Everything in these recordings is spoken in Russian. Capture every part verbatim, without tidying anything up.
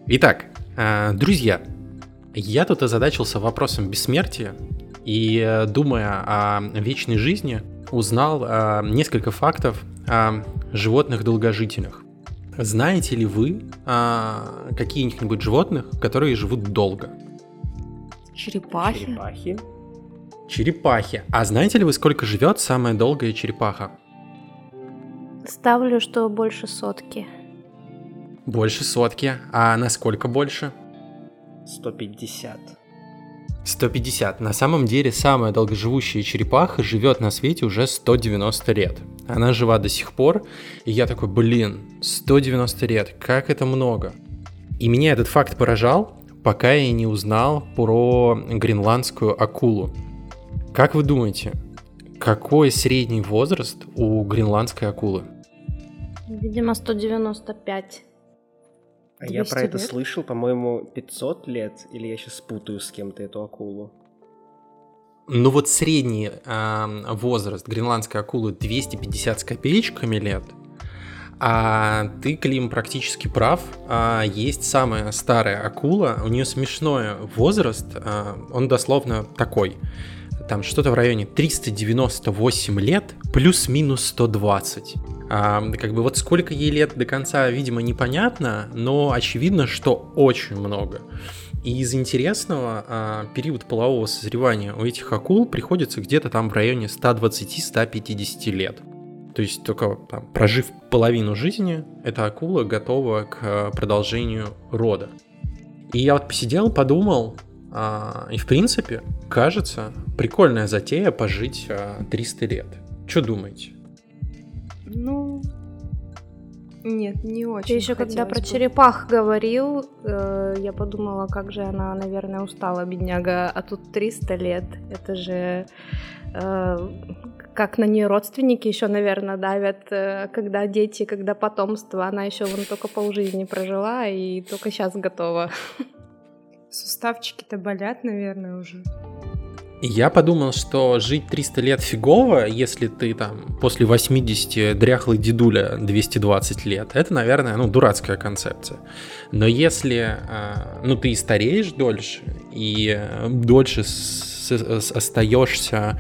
Итак, друзья, я тут озадачился вопросом бессмертия и, думая о вечной жизни, узнал несколько фактов о животных-долгожителях. Знаете ли вы каких-нибудь животных, которые живут долго? Черепахи. Черепахи. Черепахи. А знаете ли вы, сколько живет самая долгая черепаха? Ставлю, что больше сотки. Больше сотки. А насколько больше? сто пятьдесят. сто пятьдесят. На самом деле самая долгоживущая черепаха живет на свете уже сто девяносто лет. Она жива до сих пор, и я такой, блин, сто девяносто лет, как это много. И меня этот факт поражал, пока я не узнал про гренландскую акулу. Как вы думаете, какой средний возраст у гренландской акулы? Видимо, сто девяносто пять. А я про это лет? слышал, по-моему, пятьсот лет, или я сейчас путаю с кем-то эту акулу? Ну вот средний э, возраст гренландской акулы двести пятьдесят с копеечками лет, а ты, Клим, практически прав. А, есть самая старая акула, у нее смешной возраст, а, он дословно такой, там что-то в районе триста девяносто восемь лет плюс-минус сто двадцать. А, как бы вот сколько ей лет до конца, видимо, непонятно, но очевидно, что очень много. И из интересного, а, период полового созревания у этих акул приходится где-то там в районе сто двадцать - сто пятьдесят лет. То есть только там, прожив половину жизни, эта акула готова к продолжению рода. И я вот посидел, подумал, а, и в принципе, кажется, прикольная затея пожить а, триста лет. Что думаете? Ну, нет, не очень. Ты еще когда про бы. черепах говорил, э, я подумала, как же она, наверное, устала, бедняга, а тут триста лет. Это же э, как на нее родственники еще, наверное, давят, э, когда дети, когда потомство. Она еще вон только полжизни прожила и только сейчас готова. Суставчики-то болят, наверное, уже. Я подумал, что жить триста лет фигово, если ты там после восьмидесяти дряхлый дедуля двести двадцать лет. Это, наверное, ну, дурацкая концепция. Но если ну, ты и стареешь дольше, и дольше с- с- остаешься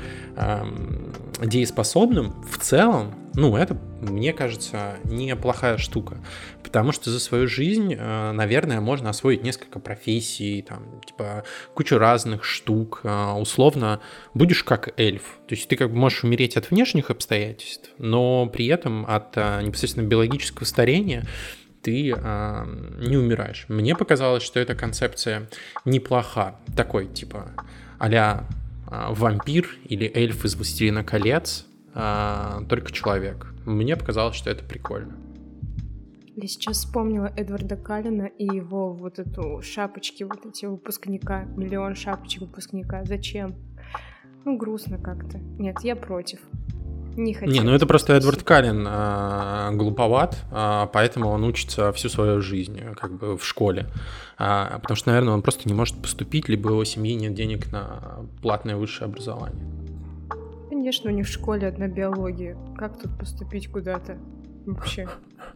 дееспособным, в целом, ну, это, мне кажется, неплохая штука. Потому что за свою жизнь, наверное, можно освоить несколько профессий, там, типа, кучу разных штук. Условно, будешь как эльф. То есть ты как бы можешь умереть от внешних обстоятельств, но при этом от непосредственно биологического старения ты не умираешь. Мне показалось, что эта концепция неплоха. Такой, типа, а-ля вампир или эльф из «Властелина колец», только человек. Мне показалось, что это прикольно. Я сейчас вспомнила Эдварда Каллена и его вот эту шапочки, вот эти выпускника, миллион шапочек выпускника. Зачем? Ну, грустно как-то. Нет, я против. Не хочу. Не, ну это просто Эдвард Каллен а, глуповат, а, поэтому он учится всю свою жизнь как бы в школе. А, потому что, наверное, он просто не может поступить, либо у его семьи нет денег на платное высшее образование. Конечно, у них в школе одна биология. Как тут поступить куда-то вообще?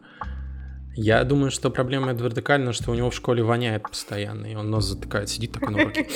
Я думаю, что проблема Эдварда Каллена, что у него в школе воняет постоянно, и он нос затыкает, сидит такой на уроке.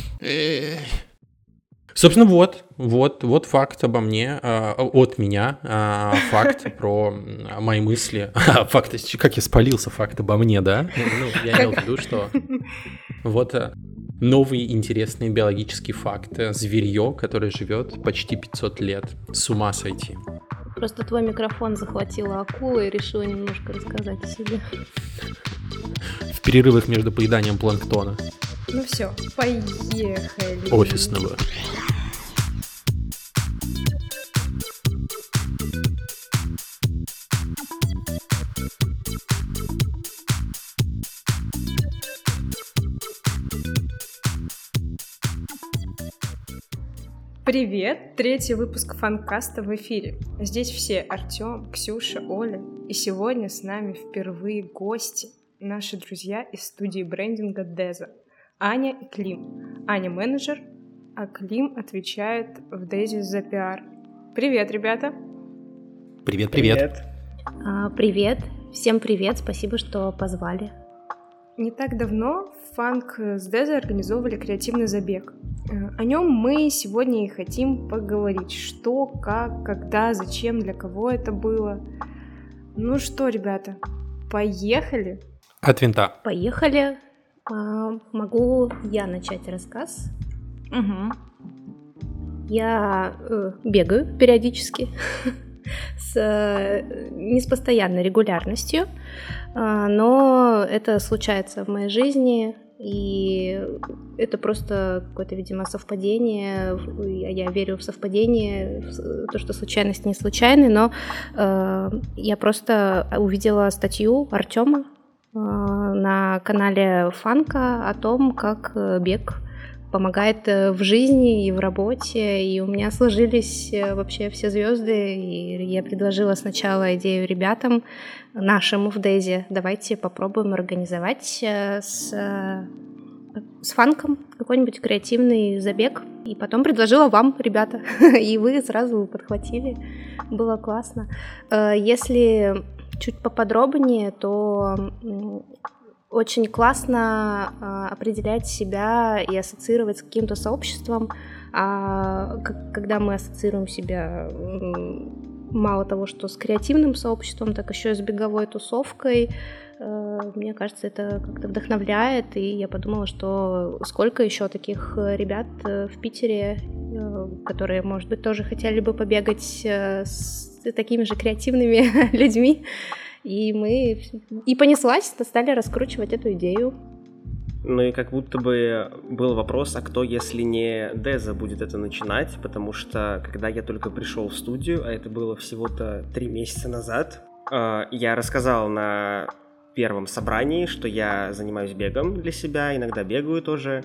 Собственно, вот, вот, вот факт обо мне, э, от меня, э, факт про мои мысли, факт, как я спалился, факт обо мне, да? Ну, я имел в виду, что вот новый интересный биологический факт, зверье, которое живет почти пятьсот лет, с ума сойти. Просто твой микрофон захватила акула и решила немножко рассказать о себе. В перерывах между поеданием планктона. Ну все, поехали. Офисного. Привет! Третий выпуск фанкаста в эфире. Здесь все Артём, Ксюша, Оля. И сегодня с нами впервые гости, наши друзья из студии брендинга Деза. Аня и Клим. Аня менеджер, а Клим отвечает в Дезе за пиар. Привет, ребята! Привет, привет! А, привет! Всем привет! Спасибо, что позвали. Не так давно Фанк с Дезой организовывали креативный забег. О нем мы сегодня и хотим поговорить. Что, как, когда, зачем, для кого это было. Ну что, ребята, поехали? От винта. Поехали. А, могу я начать рассказ? Угу. Я э, бегаю периодически, с, не с постоянной регулярностью, э, но это случается в моей жизни, и это просто какое-то, видимо, совпадение. Я, я верю в совпадение, в то, что случайность не случайны, но э, я просто увидела статью Артёма э, на канале Фанка о том, как бег помогает в жизни и в работе, и у меня сложились вообще все звезды, и я предложила сначала идею ребятам нашим в Дезе: давайте попробуем организовать с, с Фанком какой-нибудь креативный забег, и потом предложила вам, ребята, и вы сразу подхватили, было классно. Если чуть поподробнее, то очень классно э, определять себя и ассоциировать с каким-то сообществом, а, к- когда мы ассоциируем себя м, мало того, что с креативным сообществом, так еще и с беговой тусовкой. Э, мне кажется, это как-то вдохновляет, и я подумала, что сколько еще таких ребят э, в Питере, э, которые, может быть, тоже хотели бы побегать э, с такими же креативными людьми. И мы и понеслась, стали раскручивать эту идею. Ну и как будто бы был вопрос, а кто, если не Деза, будет это начинать, потому что когда я только пришел в студию, а это было всего-то три месяца назад, я рассказал на первом собрании, что я занимаюсь бегом для себя, иногда бегаю тоже,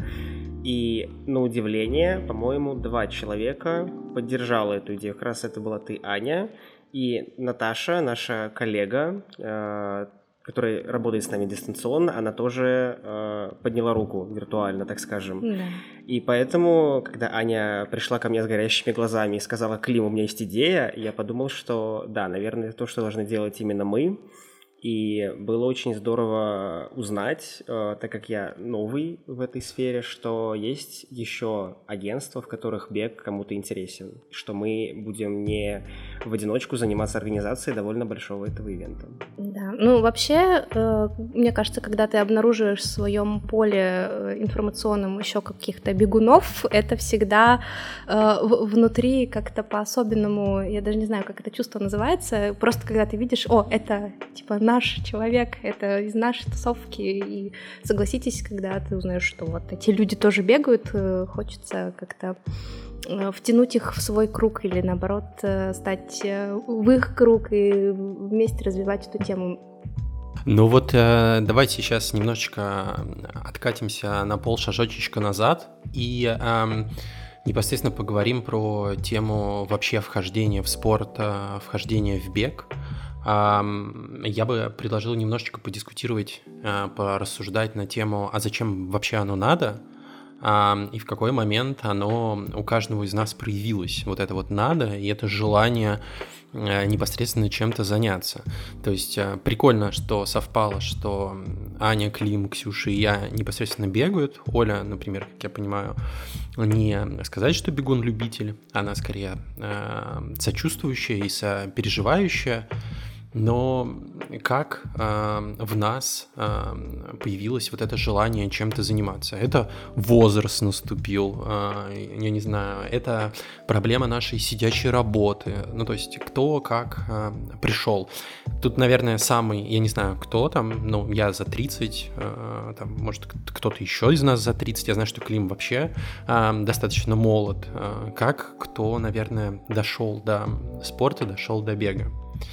и на удивление, по-моему, два человека поддержало эту идею. Как раз это была ты, Аня, и Наташа, наша коллега, э, которая работает с нами дистанционно, она тоже э, подняла руку виртуально, так скажем. Да. И поэтому, когда Аня пришла ко мне с горящими глазами и сказала: «Клим, у меня есть идея», я подумал, что да, наверное, это то, что должны делать именно мы. И было очень здорово узнать, э, так как я новый в этой сфере, что есть еще агентства, в которых бег кому-то интересен, что мы будем не в одиночку заниматься организацией довольно большого этого ивента. Да, ну вообще, э, мне кажется, когда ты обнаруживаешь в своем поле информационном еще каких-то бегунов, это всегда э, в- внутри как-то по-особенному, я даже не знаю, как это чувство называется, просто когда ты видишь: о, это типа наш человек, это из нашей тусовки, и согласитесь, когда ты узнаешь, что вот эти люди тоже бегают, э, хочется как-то э, втянуть их в свой круг или, наоборот, э, стать э, в их круг и вместе развивать эту тему. Ну вот э, давайте сейчас немножечко откатимся на полшажочечка назад и эм, непосредственно поговорим про тему вообще вхождения в спорт, э, вхождения в бег. Эм, я бы предложил немножечко подискутировать, э, порассуждать на тему, а зачем вообще оно надо, эм, и в какой момент оно у каждого из нас проявилось. Вот это вот надо, и это желание э, непосредственно чем-то заняться. То есть э, прикольно, что совпало, что Аня, Клим, Ксюша и я непосредственно бегают. Оля, например, как я понимаю, не сказать, что бегун-любитель, она скорее э, сочувствующая и сопереживающая. Но как э, в нас э, появилось вот это желание чем-то заниматься? Это возраст наступил, э, я не знаю, это проблема нашей сидячей работы. Ну, то есть кто как э, пришел. Тут, наверное, самый, я не знаю, кто там, ну, я за тридцать, э, там, может, кто-то еще из нас за тридцать, я знаю, что Клим вообще э, достаточно молод. Э, как кто, наверное, дошел до спорта, дошел до бега?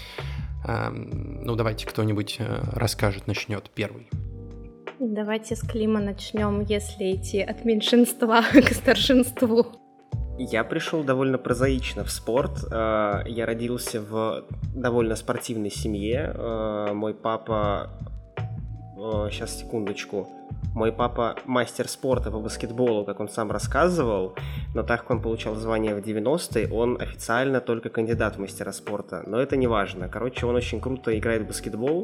Ну, давайте кто-нибудь расскажет, начнет первый. Давайте с Клима начнем, если идти от меньшинства к старшинству. Я пришел довольно прозаично в спорт. Я родился в довольно спортивной семье. Мой папа... Сейчас, секундочку. Мой папа мастер спорта по баскетболу, как он сам рассказывал, но так как он получал звание в девяностые, он официально только кандидат в мастера спорта, но это не важно. Короче, он очень круто играет в баскетбол,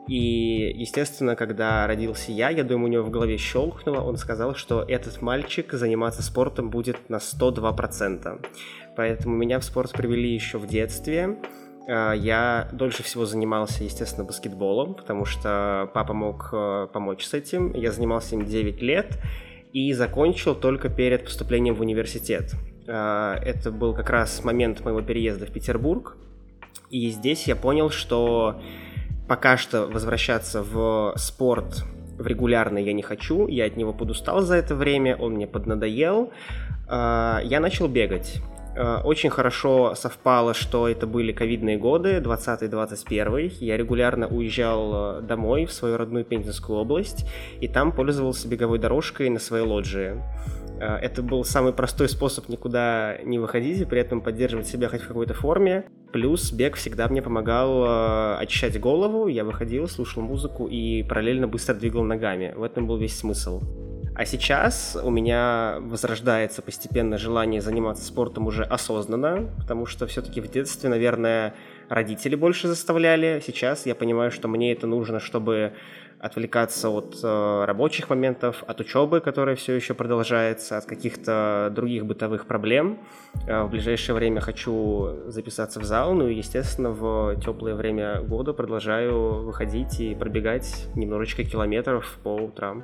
И, естественно, когда родился я, я думаю, у него в голове щелкнуло, он сказал, что этот мальчик заниматься спортом будет на сто два процента. Поэтому меня в спорт привели еще в детстве. Я дольше всего занимался, естественно, баскетболом, потому что папа мог помочь с этим. Я занимался им девять лет и закончил только перед поступлением в университет. Это был как раз момент моего переезда в Петербург. И здесь я понял, что пока что возвращаться в спорт в регулярный я не хочу, я от него подустал за это время, он мне поднадоел. Я начал бегать. Очень хорошо совпало, что это были ковидные годы, двадцатый двадцать первый. Я регулярно уезжал домой, в свою родную Пензенскую область, и там пользовался беговой дорожкой на своей лоджии. Это был самый простой способ никуда не выходить и при этом поддерживать себя хоть в какой-то форме. Плюс бег всегда мне помогал очищать голову, я выходил, слушал музыку и параллельно быстро двигал ногами. В этом был весь смысл. А сейчас у меня возрождается постепенно желание заниматься спортом уже осознанно, потому что все-таки в детстве, наверное, родители больше заставляли. Сейчас я понимаю, что мне это нужно, чтобы отвлекаться от э, рабочих моментов, от учебы, которая все еще продолжается, от каких-то других бытовых проблем. Э, в ближайшее время хочу записаться в зал, ну и, естественно, в теплое время года продолжаю выходить и пробегать немножечко километров по утрам.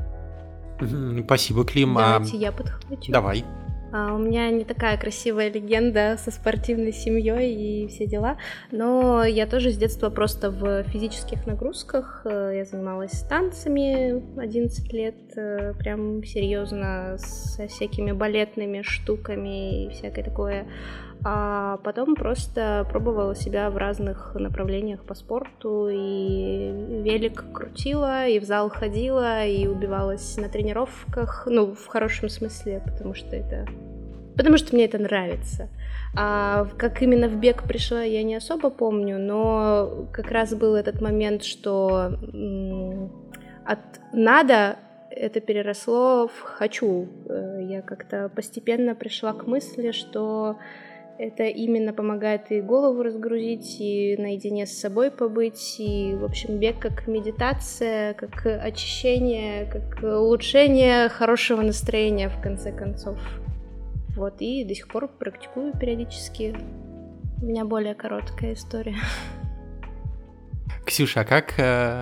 Спасибо, Клим. Давайте а... я подхвачу. Давай. А, у меня не такая красивая легенда со спортивной семьей и все дела, но я тоже с детства просто в физических нагрузках. Я занималась танцами одиннадцать лет, прям серьезно, со всякими балетными штуками и всякое такое. А потом просто пробовала себя в разных направлениях по спорту, и велик крутила, и в зал ходила, и убивалась на тренировках, ну, в хорошем смысле, потому что это... Потому что мне это нравится. А как именно в бег пришла, я не особо помню, но как раз был этот момент, что м- от «надо» это переросло в «хочу». Я как-то постепенно пришла к мысли, что это именно помогает и голову разгрузить, и наедине с собой побыть, и, в общем, бег как медитация, как очищение, как улучшение хорошего настроения, в конце концов. Вот, и до сих пор практикую периодически. У меня более короткая история. Ксюша, а как,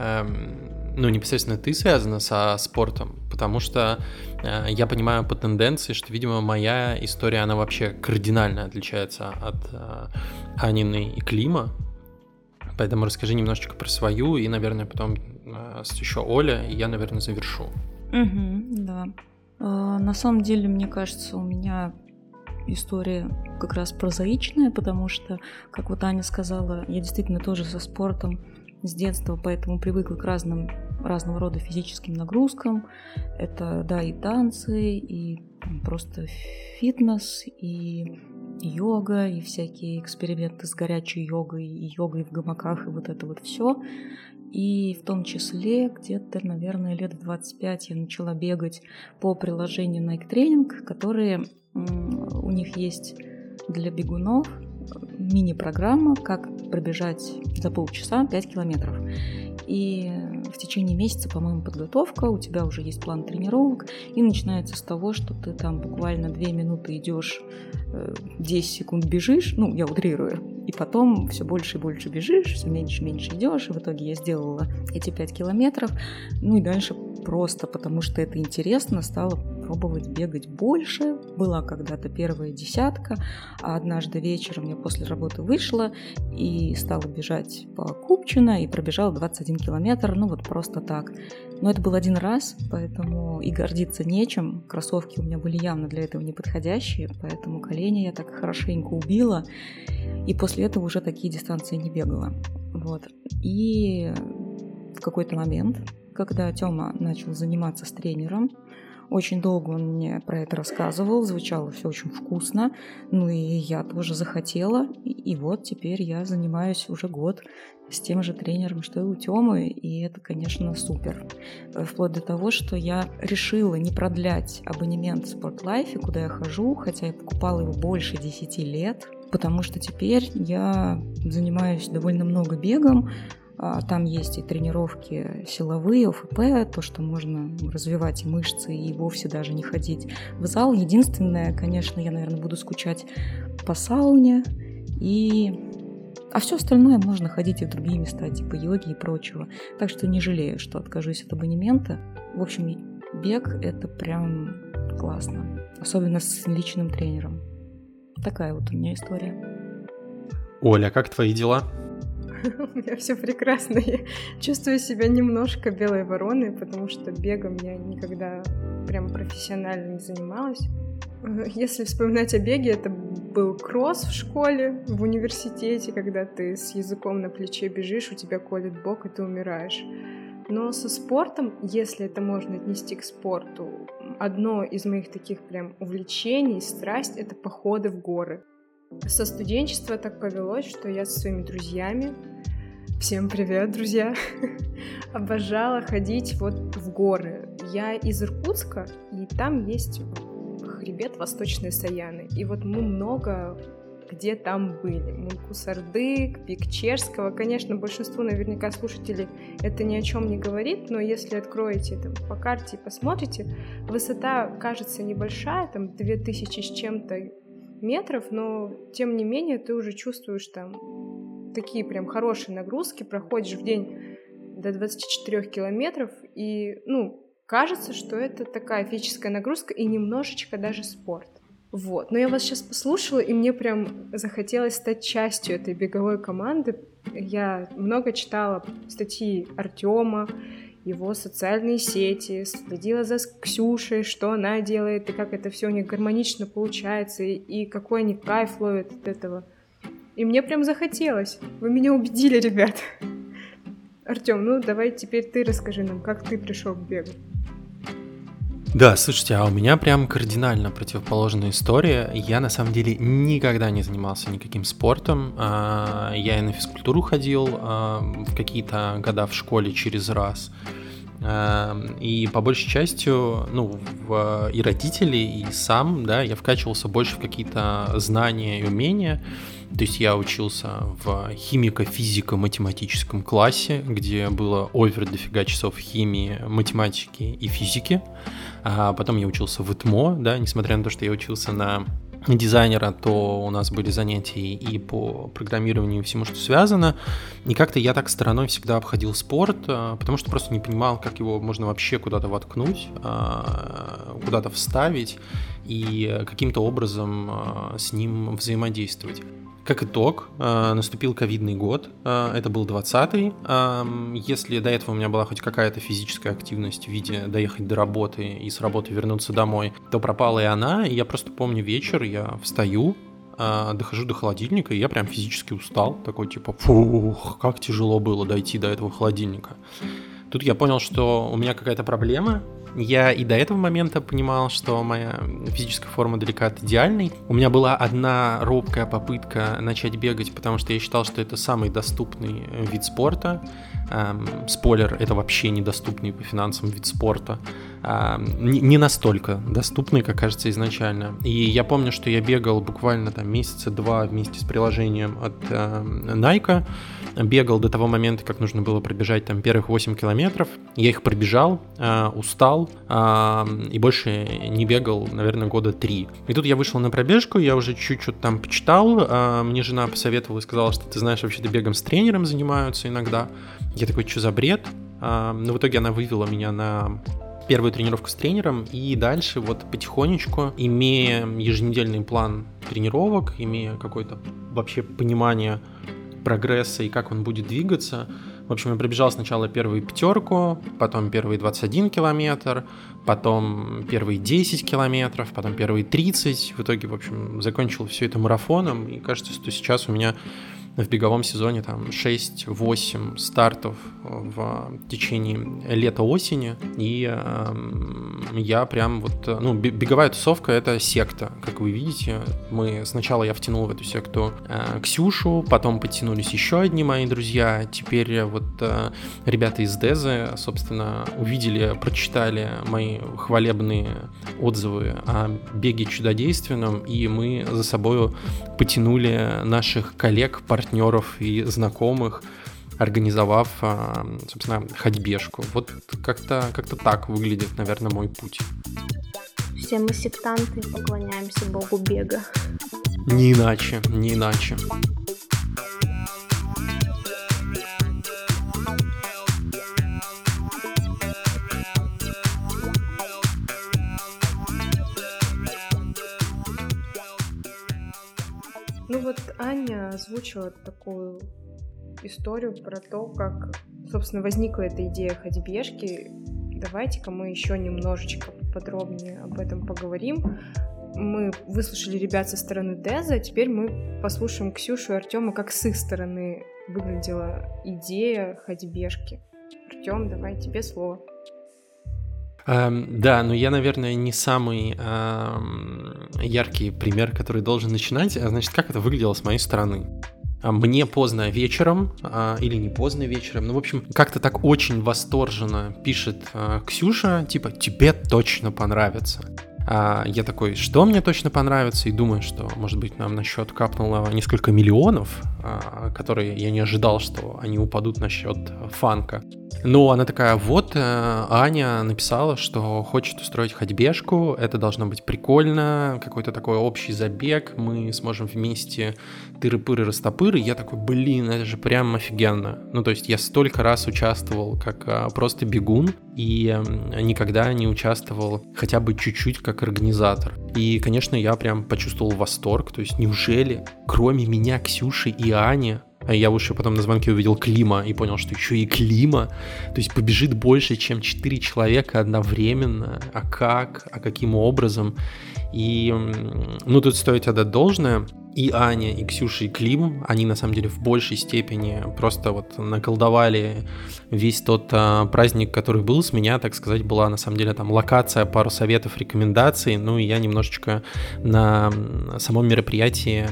ну, непосредственно ты связана со спортом? Потому что я понимаю по тенденции, что, видимо, моя история, она вообще кардинально отличается от Анины и Клима. Поэтому расскажи немножечко про свою, и, наверное, потом еще Оля, и я, наверное, завершу. Угу, да. На самом деле, мне кажется, у меня история как раз прозаичная, потому что, как вот Аня сказала, я действительно тоже со спортом с детства, поэтому привыкла к разным, разного рода физическим нагрузкам. Это, да, и танцы, и просто фитнес, и йога, и всякие эксперименты с горячей йогой, и йогой в гамаках, и вот это вот все. И в том числе где-то, наверное, лет в двадцать пять я начала бегать по приложению Nike Training, которые у них есть для бегунов мини-программа, как пробежать за полчаса пять километров. И в течение месяца, по-моему, подготовка, у тебя уже есть план тренировок, и начинается с того, что ты там буквально две минуты идешь, десять секунд бежишь, ну, я утрирую, и потом все больше и больше бежишь, все меньше и меньше идешь, и в итоге я сделала эти пять километров, ну и дальше просто потому что это интересно, стала пробовать бегать больше. Была когда-то первая десятка, а однажды вечером я после работы вышла и стала бежать по Купчино и пробежала двадцать один километр, ну вот просто так. Но это был один раз, поэтому и гордиться нечем. Кроссовки у меня были явно для этого неподходящие, поэтому колени я так хорошенько убила, и после этого уже такие дистанции не бегала. Вот. И в какой-то момент, когда Тёма начал заниматься с тренером, очень долго он мне про это рассказывал, звучало все очень вкусно, ну и я тоже захотела, и вот теперь я занимаюсь уже год с тем же тренером, что и у Тёмы, и это, конечно, супер. Вплоть до того, что я решила не продлять абонемент в Спортлайфе, куда я хожу, хотя я покупала его больше десяти лет, потому что теперь я занимаюсь довольно много бегом, Там есть и тренировки силовые, о эф пэ, то, что можно развивать мышцы и вовсе даже не ходить в зал. Единственное, конечно, я, наверное, буду скучать по сауне. И... А все остальное можно ходить и в другие места, типа йоги и прочего. Так что не жалею, что откажусь от абонемента. В общем, бег — это прям классно. Особенно с личным тренером. Такая вот у меня история. Оля, как твои дела? У меня все прекрасно. Я чувствую себя немножко белой вороной, потому что бегом я никогда прям профессионально не занималась. Если вспоминать о беге, это был кросс в школе, в университете, когда ты с языком на плече бежишь, у тебя колет бок, и ты умираешь. Но со спортом, если это можно отнести к спорту, одно из моих таких прям увлечений, страсть — это походы в горы. Со студенчества так повелось, что я со своими друзьями, всем привет, друзья, обожала ходить вот в горы. Я из Иркутска, и там есть хребет Восточной Саяны. И вот мы много где там были. Мункус-Ардык, пик Чешского. Конечно, большинству наверняка слушателей это ни о чем не говорит, но если откроете там по карте и посмотрите, высота кажется небольшая, там две тысячи с чем-то метров, но тем не менее ты уже чувствуешь там такие прям хорошие нагрузки, проходишь в день до двадцати четырёх километров, и, ну, кажется, что это такая физическая нагрузка и немножечко даже спорт. Вот. Но я вас сейчас послушала, и мне прям захотелось стать частью этой беговой команды. Я много читала статьи Артёма, его социальные сети, следила за Ксюшей, что она делает, и как это все у них гармонично получается, и, и какой они кайф ловят от этого. И мне прям захотелось. Вы меня убедили, ребят. Артём, ну давай теперь ты расскажи нам, как ты пришел к бегу. Да, слушайте, а у меня прям кардинально противоположная история. Я на самом деле никогда не занимался никаким спортом. Я и на физкультуру ходил в какие-то года в школе через раз. И по большей части, ну, в, и родители, и сам, да, я вкачивался больше в какие-то знания и умения. То есть я учился в химико-физико-математическом классе, где было овер дофига часов химии, математики и физики. А потом я учился в ИТМО, да, несмотря на то, что я учился на дизайнера, то у нас были занятия и по программированию, и всему, что связано. И как-то я так стороной всегда обходил спорт, потому что просто не понимал, как его можно вообще куда-то воткнуть, куда-то вставить и каким-то образом с ним взаимодействовать. Как итог, наступил ковидный год, это был двадцатый. Если до этого у меня была хоть какая-то физическая активность в виде доехать до работы и с работы вернуться домой, то пропала и она, и я просто помню вечер, я встаю, дохожу до холодильника, и я прям физически устал, такой типа, фух, как тяжело было дойти до этого холодильника. Тут я понял, что у меня какая-то проблема. Я и до этого момента понимал, что моя физическая форма далека от идеальной. У меня была одна робкая попытка начать бегать, потому что я считал, что это самый доступный вид спорта. Эм, спойлер, это вообще недоступный по финансам вид спорта. Эм, не, не настолько доступный, как кажется изначально. И я помню, что я бегал буквально там месяца два вместе с приложением от э, Nike. Бегал до того момента, как нужно было пробежать там первых восемь километров. Я их пробежал, э, устал э, и больше не бегал, наверное, года три. И тут я вышел на пробежку, я уже чуть-чуть что-то там почитал. Э, мне жена посоветовала и сказала, что ты знаешь, вообще-то бегом с тренером занимаются иногда. Я такой, что за бред? Э, но в итоге она вывела меня на первую тренировку с тренером, и дальше вот потихонечку, имея еженедельный план тренировок, имея какое-то вообще понимание прогресса и как он будет двигаться. В общем, я пробежал сначала первую пятерку, потом первый двадцать один километр, потом первые десять километров, потом первые тридцать. В итоге, в общем, закончил все это марафоном, и кажется, что сейчас у меня в беговом сезоне там шесть-восемь стартов в течение лета-осени, и э, я прям вот, ну, беговая тусовка — это секта, как вы видите. Мы сначала я втянул в эту секту э, Ксюшу, потом подтянулись еще одни мои друзья, теперь вот э, ребята из Дезы, собственно, увидели, прочитали мои хвалебные отзывы о беге чудодейственном, и мы за собой потянули наших коллег, партнеров и знакомых организовав, собственно, ходьбежку. Вот как-то, как-то так выглядит, наверное, мой путь. Все мы сектанты, поклоняемся богу бега. Не иначе, не иначе. Ну вот Аня озвучила такую историю про то, как, собственно, возникла эта идея ходьбежки. Давайте-ка мы еще немножечко подробнее об этом поговорим. Мы выслушали ребят со стороны Деза, теперь мы послушаем Ксюшу и Артема, как с их стороны выглядела идея ходьбежки. Артем, давай, тебе слово. Эм, да, но я, наверное, не самый эм, яркий пример, который должен начинать. Значит, как это выглядело с моей стороны? Мне поздно вечером, э, или не поздно вечером, ну, в общем, как-то так очень восторженно пишет э, Ксюша, типа, тебе точно понравится. А я такой, что мне точно понравится, и думаю, что, может быть, нам на счет капнуло несколько миллионов, а, которые я не ожидал, что они упадут на счет фанка. Но она такая, вот, Аня написала, что хочет устроить ходьбежку, это должно быть прикольно, какой-то такой общий забег, мы сможем вместе тыры-пыры-растопыры. Я такой, блин, это же прям офигенно. Ну, то есть я столько раз участвовал как просто бегун, и никогда не участвовал хотя бы чуть-чуть как организатор. И, конечно, я прям почувствовал восторг, то есть неужели кроме меня, Ксюши и Ани, а я уже потом на звонке увидел Клима и понял, что еще и Клима, то есть побежит больше, чем четыре человека одновременно, а как, а каким образом. И, ну, тут стоит отдать должное, и Аня, и Ксюша, и Клим, они на самом деле в большей степени просто вот наколдовали весь тот а, праздник, который был. С меня, так сказать, была на самом деле там локация, пару советов, рекомендаций, ну и я немножечко на самом мероприятии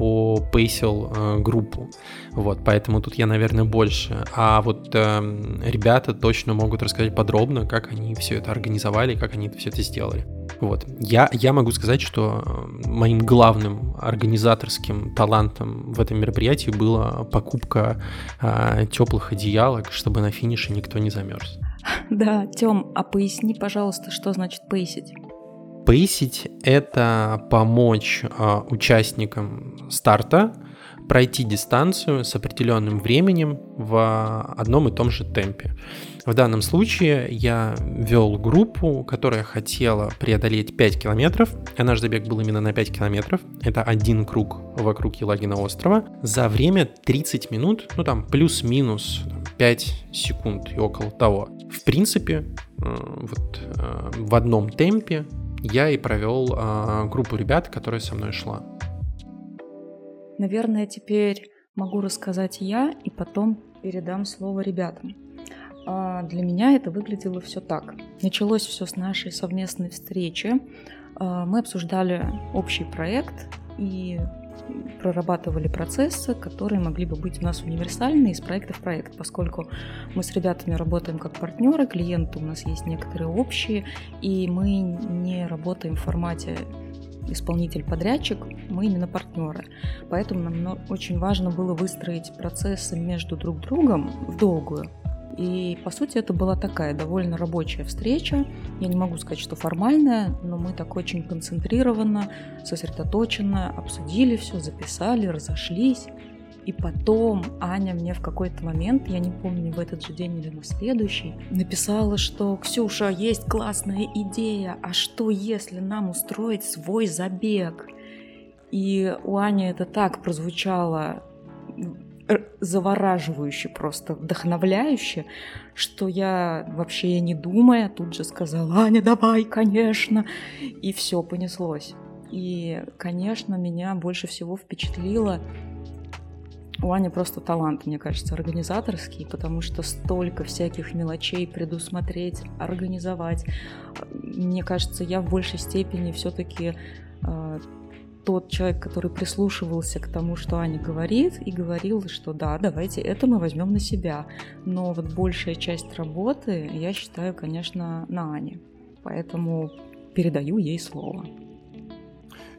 попейсил а, группу, вот, поэтому тут я, наверное, больше. А вот а, ребята точно могут рассказать подробно, как они все это организовали, как они все это сделали. Вот. Я, я могу сказать, что моим главным организаторским талантом в этом мероприятии была покупка а, теплых одеялок, чтобы на финише никто не замерз. Да, Тём, а поясни, пожалуйста, что значит пейсить? Пейсить — это помочь а, участникам старта пройти дистанцию с определенным временем в одном и том же темпе. В данном случае я вел группу, которая хотела преодолеть пять километров, а наш забег был именно на пять километров. Это один круг вокруг Елагина острова за время тридцать минут, ну там плюс-минус пять секунд и около того. В принципе, вот в одном темпе я и провел группу ребят, которая со мной шла. Наверное, теперь могу рассказать я и потом передам слово ребятам. А для меня это выглядело все так. Началось все с нашей совместной встречи. Мы обсуждали общий проект и прорабатывали процессы, которые могли бы быть у нас универсальны из проекта в проект, поскольку мы с ребятами работаем как партнеры, клиенты у нас есть некоторые общие, и мы не работаем в формате исполнитель-подрядчик, мы именно партнеры. Поэтому нам очень важно было выстроить процессы между друг другом в долгую. И, по сути, это была такая довольно рабочая встреча. Я не могу сказать, что формальная, но мы так очень концентрированно, сосредоточенно обсудили все, записали, разошлись. И потом Аня мне в какой-то момент, я не помню, в этот же день или на следующий, написала, что «Ксюша, есть классная идея, а что если нам устроить свой забег?» И у Ани это так прозвучало завораживающе, просто вдохновляюще, что я вообще не думая тут же сказала: «Аня, давай, конечно!» И все понеслось. И, конечно, меня больше всего впечатлило. У Ани просто талант, мне кажется, организаторский, потому что столько всяких мелочей предусмотреть, организовать. Мне кажется, я в большей степени все-таки э, тот человек, который прислушивался к тому, что Аня говорит, и говорил, что да, давайте это мы возьмем на себя. Но вот большая часть работы, я считаю, конечно, на Ане. Поэтому передаю ей слово.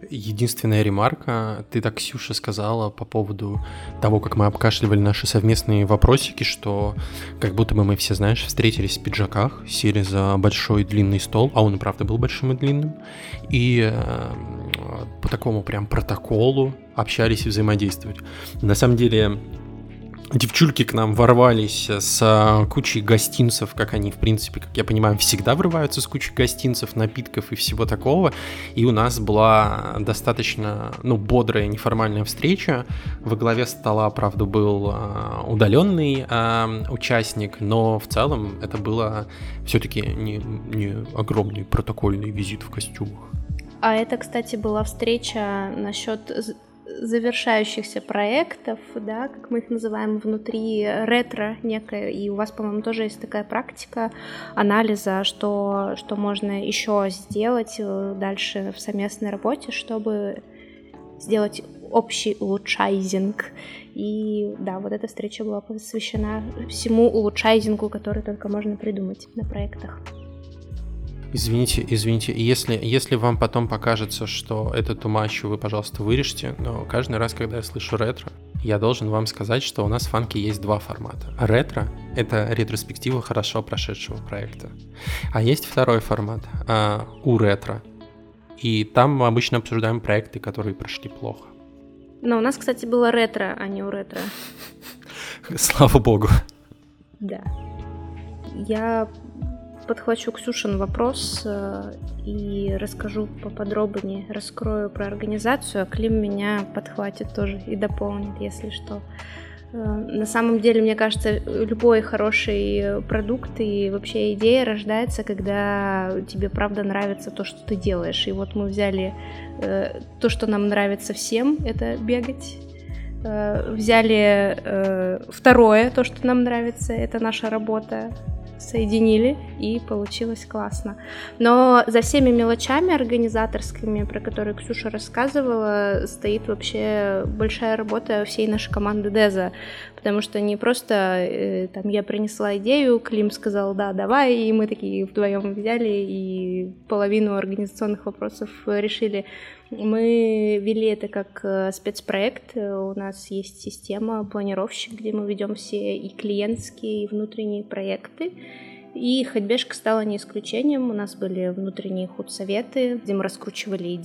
Единственная ремарка, ты так, Ксюша, сказала по поводу того, как мы обкашливали наши совместные вопросики, что как будто бы мы все, знаешь, встретились в пиджаках, сели за большой длинный стол, а он и правда был большим и длинным, и э, по такому прям протоколу общались и взаимодействовать. На самом деле... Девчульки к нам ворвались с кучей гостинцев, как они, в принципе, как я понимаю, всегда врываются с кучей гостинцев, напитков и всего такого. И у нас была достаточно, ну, бодрая неформальная встреча. Во главе стола, правда, был удаленный э, участник, но в целом это было все-таки не, не огромный протокольный визит в костюмах. А это, кстати, была встреча насчет... завершающихся проектов, да, как мы их называем, внутри ретро некое, и у вас, по-моему, тоже есть такая практика анализа, что, что можно еще сделать дальше в совместной работе, чтобы сделать общий улучшайзинг. И да, вот эта встреча была посвящена всему улучшайзингу, который только можно придумать на проектах. Извините, извините, если, если вам потом покажется, что это too much, вы, пожалуйста, вырежьте, но каждый раз, когда я слышу ретро, я должен вам сказать, что у нас в фанке есть два формата. Ретро — это ретроспектива хорошо прошедшего проекта. А есть второй формат а, — у ретро. И там мы обычно обсуждаем проекты, которые прошли плохо. Но у нас, кстати, было ретро, а не у ретро. Слава богу. Да. Я... подхвачу Ксюшин вопрос э, и расскажу поподробнее, раскрою про организацию, а Клим меня подхватит тоже и дополнит, если что. Э, на самом деле, мне кажется, любой хороший продукт и вообще идея рождается, когда тебе правда нравится то, что ты делаешь. И вот мы взяли э, то, что нам нравится всем, это бегать. Э, взяли э, второе, то, что нам нравится, это наша работа. Соединили, и получилось классно. Но за всеми мелочами организаторскими, про которые Ксюша рассказывала, стоит вообще большая работа всей нашей команды Деза, потому что не просто э, там я принесла идею, Клим сказал да, давай, и мы такие вдвоем взяли и половину организационных вопросов решили. Мы вели это как спецпроект, у нас есть система планировщик, где мы ведем все и клиентские, и внутренние проекты. И ходьбежка стала не исключением. У нас были внутренние худсоветы, где мы раскручивали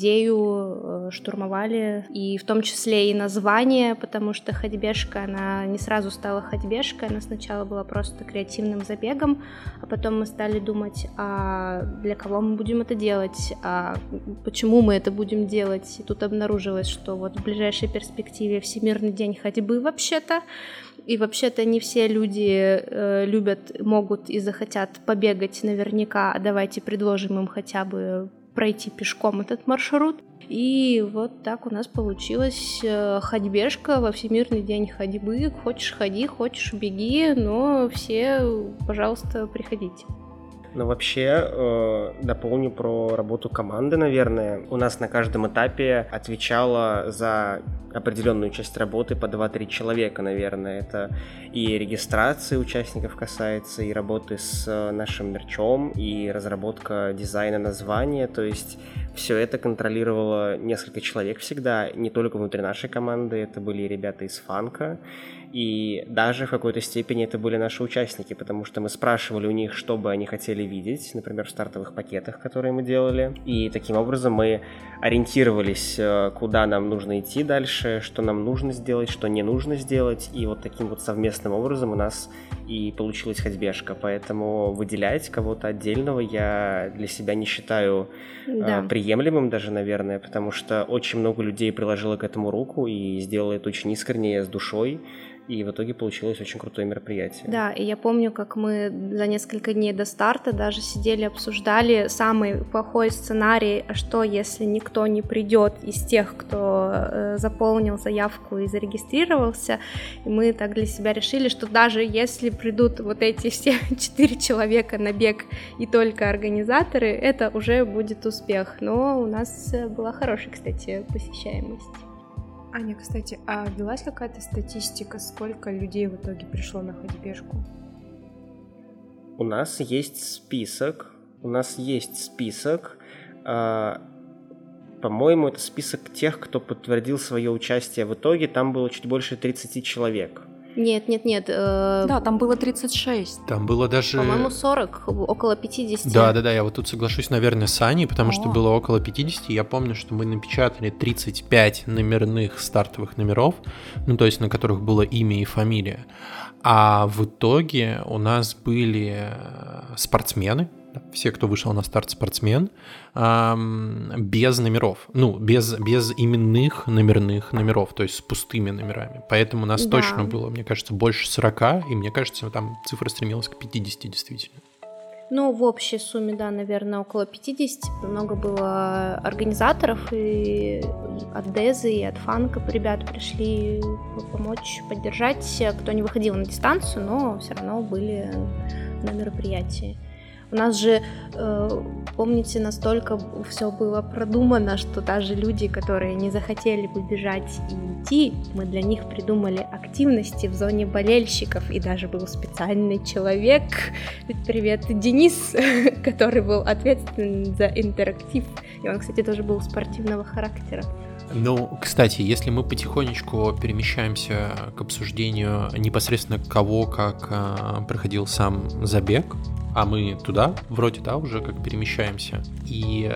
идею, штурмовали, и в том числе и название, потому что ходьбежка, она не сразу стала ходьбежкой, она сначала была просто креативным забегом, а потом мы стали думать, а для кого мы будем это делать, а почему мы это будем делать. И тут обнаружилось, что вот в ближайшей перспективе Всемирный день ходьбы вообще-то, и вообще-то не все люди э, любят, могут и захотят побегать наверняка, а давайте предложим им хотя бы пройти пешком этот маршрут. И вот так у нас получилась э, ходьбежка во Всемирный день ходьбы. Хочешь ходи, хочешь беги, но все, пожалуйста, приходите. Ну, вообще, э, дополню про работу команды, наверное. У нас на каждом этапе отвечала за определенную часть работы по два-три человека, наверное. Это и регистрации участников касается, и работы с нашим мерчом, и разработка дизайна названия. То есть все это контролировало несколько человек всегда, не только внутри нашей команды, это были ребята из фанка. И даже в какой-то степени это были наши участники, потому что мы спрашивали у них, что бы они хотели видеть, например, в стартовых пакетах, которые мы делали. И таким образом мы ориентировались, куда нам нужно идти дальше, что нам нужно сделать, что не нужно сделать. И вот таким вот совместным образом у нас и получилась ходьбежка. Поэтому выделять кого-то отдельного я для себя не считаю да. приемлемым даже, наверное, потому что очень много людей приложило к этому руку и сделало это очень искренне, с душой. И в итоге получилось очень крутое мероприятие. Да, и я помню, как мы за несколько дней до старта даже сидели, обсуждали самый плохой сценарий, а что, если никто не придет из тех, кто э, заполнил заявку и зарегистрировался. И мы так для себя решили, что даже если придут вот эти все четыре человека на бег и только организаторы, это уже будет успех. Но у нас была хорошая, кстати, посещаемость. Аня, кстати, а велась какая-то статистика, сколько людей в итоге пришло на ходьбежку? У нас есть список, у нас есть список. По-моему, это список тех, кто подтвердил свое участие в итоге. Там было чуть больше тридцать человек. Нет, нет, нет. Э... Да, там было тридцать шесть. Там было даже... По-моему, сорок, около пятьдесят. Да, да, да, я вот тут соглашусь, наверное, с Аней, потому О. что было около пятьдесят. Я помню, что мы напечатали тридцать пять номерных стартовых номеров, ну, то есть на которых было имя и фамилия. А в итоге у нас были спортсмены, все, кто вышел на старт, спортсмен, эм, без номеров, ну, без, без именных номерных номеров, то есть с пустыми номерами. Поэтому нас да. точно было, мне кажется, больше сорока, и мне кажется, там цифра стремилась к пятидесяти действительно. Ну, в общей сумме, да, наверное, около пятидесяти. Много было организаторов, и от Дезы, и от Фанка ребят пришли помочь, поддержать, кто не выходил на дистанцию, но все равно были на мероприятии. У нас же, э, помните, настолько все было продумано, что даже люди, которые не захотели бы бежать и идти, мы для них придумали активности в зоне болельщиков, и даже был специальный человек, привет, Денис, который был ответственен за интерактив, и он, кстати, тоже был спортивного характера. Ну, кстати, если мы потихонечку перемещаемся к обсуждению непосредственно кого как э, проходил сам забег, а мы туда вроде, да, уже как перемещаемся, и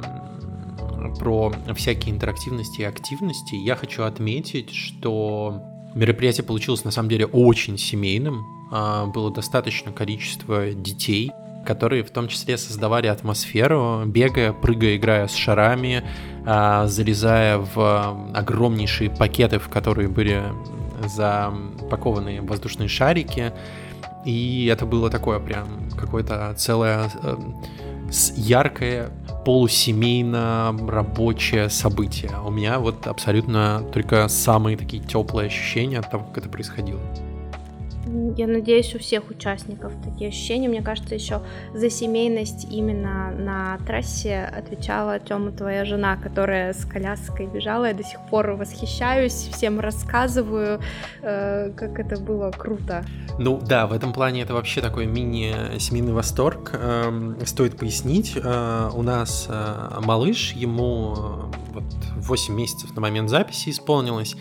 э, про всякие интерактивности и активности, я хочу отметить, что мероприятие получилось на самом деле очень семейным, э, было достаточно количество детей, которые в том числе создавали атмосферу, бегая, прыгая, играя с шарами, залезая в огромнейшие пакеты, в которые были запакованы воздушные шарики. И это было такое прям какое-то целое яркое полусемейно-рабочее событие. У меня вот абсолютно только самые такие теплые ощущения от того, как это происходило. Я надеюсь, у всех участников такие ощущения. Мне кажется, еще за семейность именно на трассе отвечала Тёма, твоя жена, которая с коляской бежала. Я до сих пор восхищаюсь, всем рассказываю, э, как это было круто. Ну да, в этом плане это вообще такой мини-семейный восторг. Э, стоит пояснить, э, у нас э, малыш, ему э, вот восемь месяцев на момент записи исполнилось,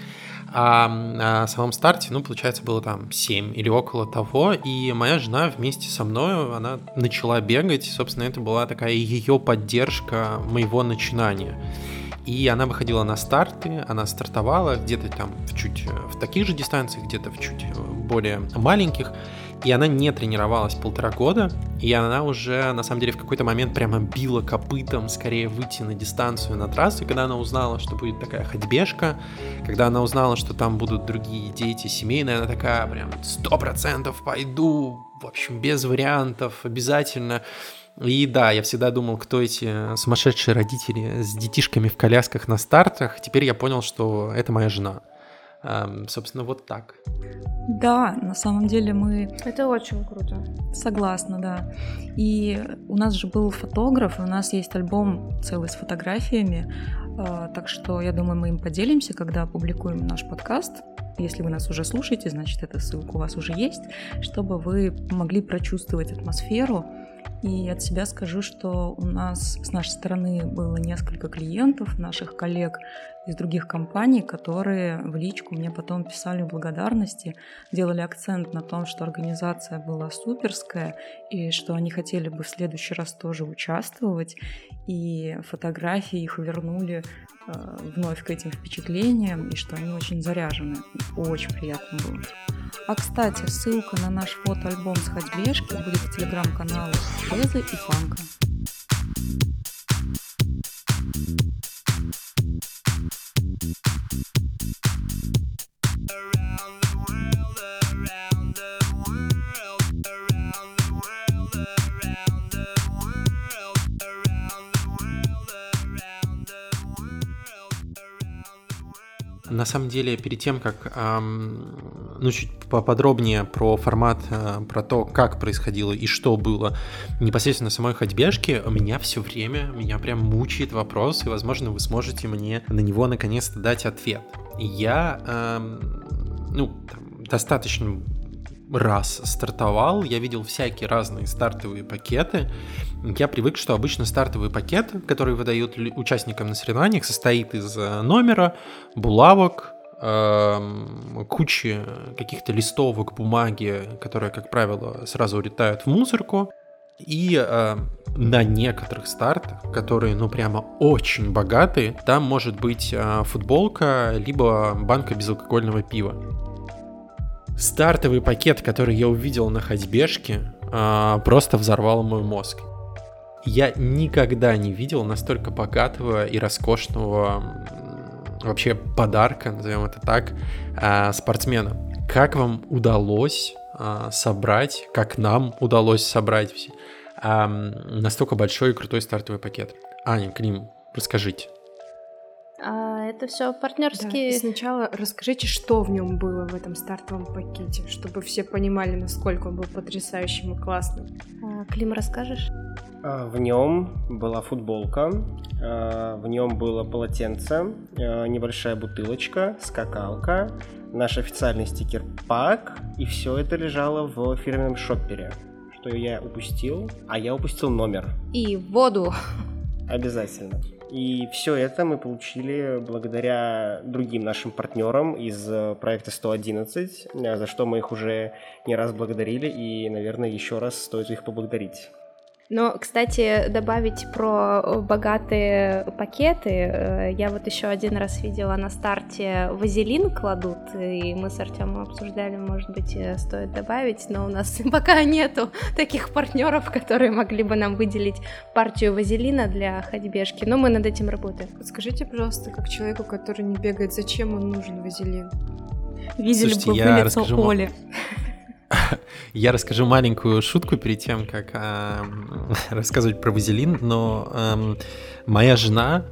а на самом старте, ну, получается, было там семь или около того, и моя жена вместе со мной, она начала бегать, собственно, это была такая ее поддержка моего начинания. И она выходила на старты, она стартовала где-то там в чуть в таких же дистанциях, где-то в чуть более маленьких, и она не тренировалась полтора года, и она уже, на самом деле, в какой-то момент прямо била копытом скорее выйти на дистанцию, на трассу, когда она узнала, что будет такая ходьбежка, когда она узнала, что там будут другие дети семейные, она такая прям сто процентов пойду, в общем, без вариантов, обязательно. И да, я всегда думал, кто эти сумасшедшие родители с детишками в колясках на стартах. Теперь я понял, что это моя жена. Эм, собственно, вот так. Да, на самом деле мы... Это очень круто. Согласна, да. И у нас же был фотограф, и у нас есть альбом целый с фотографиями, так что я думаю, мы им поделимся, когда опубликуем наш подкаст. Если вы нас уже слушаете, значит, эта ссылка у вас уже есть, чтобы вы могли прочувствовать атмосферу. И от себя скажу, что у нас с нашей стороны было несколько клиентов, наших коллег из других компаний, которые в личку мне потом писали благодарности, делали акцент на том, что организация была суперская, и что они хотели бы в следующий раз тоже участвовать, и фотографии их вернули э, вновь к этим впечатлениям, и что они очень заряжены. Очень приятно было. А, кстати, ссылка на наш фотоальбом с ходьбежки будет в телеграм-каналах Дезы и Фанка. На самом деле, перед тем, как эм, ну, чуть поподробнее про формат, э, про то, как происходило и что было непосредственно в самой ходьбежке, у меня все время, меня прям мучает вопрос, и, возможно, вы сможете мне на него наконец-то дать ответ. Я, эм, ну, там, достаточно раз стартовал, я видел всякие разные стартовые пакеты. Я привык, что обычно стартовый пакет, который выдают участникам на соревнованиях, состоит из номера, булавок, кучи каких-то листовок, бумаги, которые, как правило, сразу улетают в мусорку. И э, на некоторых стартах, которые, ну, прямо очень богатые, там может быть э, футболка, либо банка безалкогольного пива. Стартовый пакет, который я увидел на ходьбежке, э, просто взорвал мой мозг. Я никогда не видел настолько богатого и роскошного э, вообще подарка, назовем это так, э, спортсменам. Как вам удалось э, собрать, как нам удалось собрать все э, настолько большой и крутой стартовый пакет? Аня, Клим, расскажите. А, это все партнерские. Да, сначала расскажите, что в нем было в этом стартовом пакете, чтобы все понимали, насколько он был потрясающим и классным. А, Клим, расскажешь? В нем была футболка, в нем было полотенце, небольшая бутылочка, скакалка, наш официальный стикер-пак, и все это лежало в фирменном шоппере, что я упустил, а я упустил номер. И воду. Обязательно. И все это мы получили благодаря другим нашим партнерам из проекта сто одиннадцать, за что мы их уже не раз благодарили, и, наверное, еще раз стоит их поблагодарить. Но, кстати, добавить про богатые пакеты. Я вот еще один раз видела на старте вазелин кладут, и мы с Артемом обсуждали, может быть, стоит добавить, но у нас пока нету таких партнеров, которые могли бы нам выделить партию вазелина для ходьбежки, но мы над этим работаем. Подскажите, пожалуйста, как человеку, который не бегает, зачем он нужен вазелин? Видели Слушайте, бы я вы лицо расскажу... Оли. Я расскажу маленькую шутку перед тем, как э, рассказывать про вазелин, но э, моя жена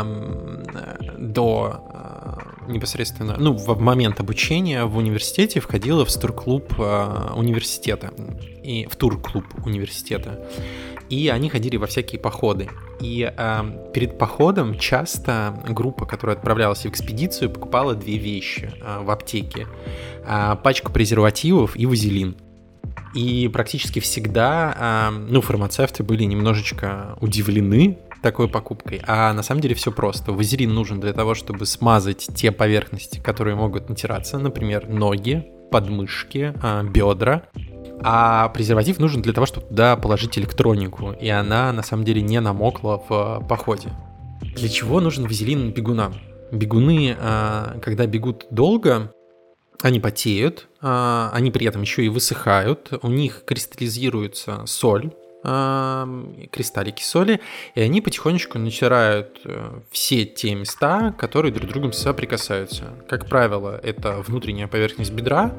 э, до э, непосредственно, ну, в момент обучения в университете входила в турклуб э, университета, и в турклуб университета, и они ходили во всякие походы. И э, перед походом часто группа, которая отправлялась в экспедицию, покупала две вещи э, в аптеке. Э, пачку презервативов и вазелин. И практически всегда, э, ну, фармацевты были немножечко удивлены такой покупкой, а на самом деле все просто. Вазелин нужен для того, чтобы смазать те поверхности, которые могут натираться, например, ноги, подмышки, э, бедра. А презерватив нужен для того, чтобы туда положить электронику, и она на самом деле не намокла в походе. Для чего нужен вазелин бегунам? Бегуны, когда бегут долго, они потеют, они при этом еще и высыхают, у них кристаллизируется соль, кристаллики соли, и они потихонечку натирают все те места, которые друг с другом соприкасаются. Как правило, это внутренняя поверхность бедра,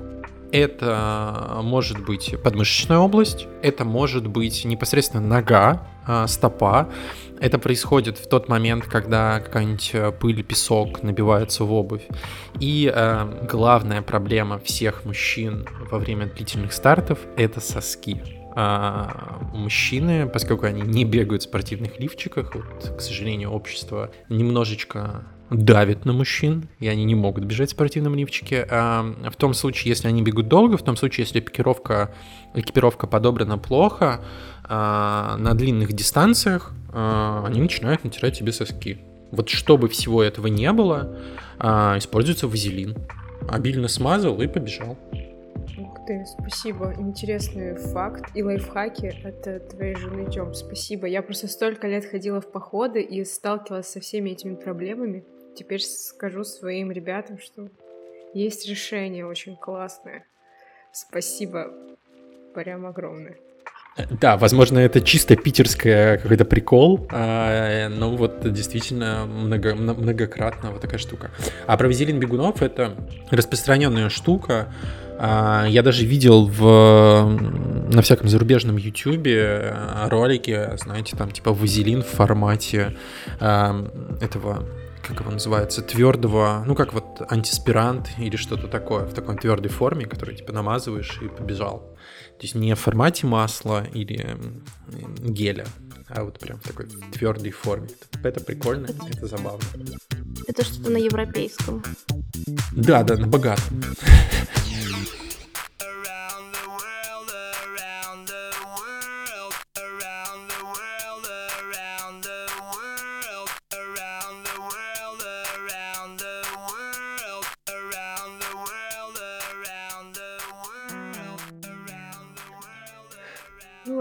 это может быть подмышечная область, это может быть непосредственно нога, стопа. Это происходит в тот момент, когда какая-нибудь пыль, песок набивается в обувь. И э, главная проблема всех мужчин во время длительных стартов – это соски. А мужчины, поскольку они не бегают в спортивных лифчиках, вот, к сожалению, общество немножечко давит на мужчин, и они не могут бежать в спортивном лифчике. А в том случае, если они бегут долго, в том случае, если экипировка, экипировка подобрана плохо, а, на длинных дистанциях а, они начинают натирать себе соски. Вот чтобы всего этого не было, а, используется вазелин. Обильно смазал и побежал. Ух ты, спасибо. Интересный факт и лайфхаки от твоей жены, Тём. Спасибо. Я просто столько лет ходила в походы и сталкивалась со всеми этими проблемами. Теперь скажу своим ребятам, что есть решение очень классное. Спасибо. Прям огромное. Да, возможно, это чисто питерская какой-то прикол, а, ну вот действительно много, многократно вот такая штука. А про вазелин бегунов — это распространенная штука. А, я даже видел в, на всяком зарубежном ютубе ролики, знаете, там типа вазелин в формате а, этого, как его называется, твердого, ну как вот антиспирант или что-то такое, в такой твердой форме, который типа намазываешь и побежал. То есть не в формате масла или геля, а вот прям в такой твердой форме. Это прикольно, это забавно. Это что-то на европейском. Да, да, на богатом.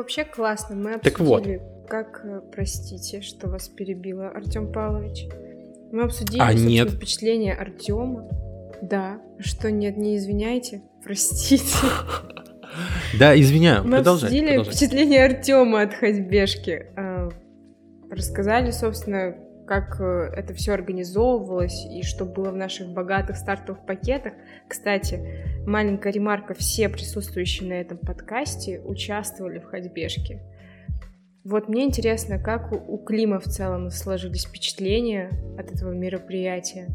вообще классно. Мы Так вот. обсудили, как, простите, что вас перебила, Артем Павлович. Мы обсудили, А, собственно, нет. впечатление Артема. Да. Что, нет, не извиняйте. Простите. Да, извиняю, Мы продолжай. обсудили продолжай. впечатление Артема от ходьбежки. А, Рассказали, собственно, как э, это все организовывалось и что было в наших богатых стартовых пакетах. Кстати, маленькая ремарка: все присутствующие на этом подкасте участвовали в ходьбежке. Вот мне интересно, как у, у Клима в целом сложились впечатления от этого мероприятия.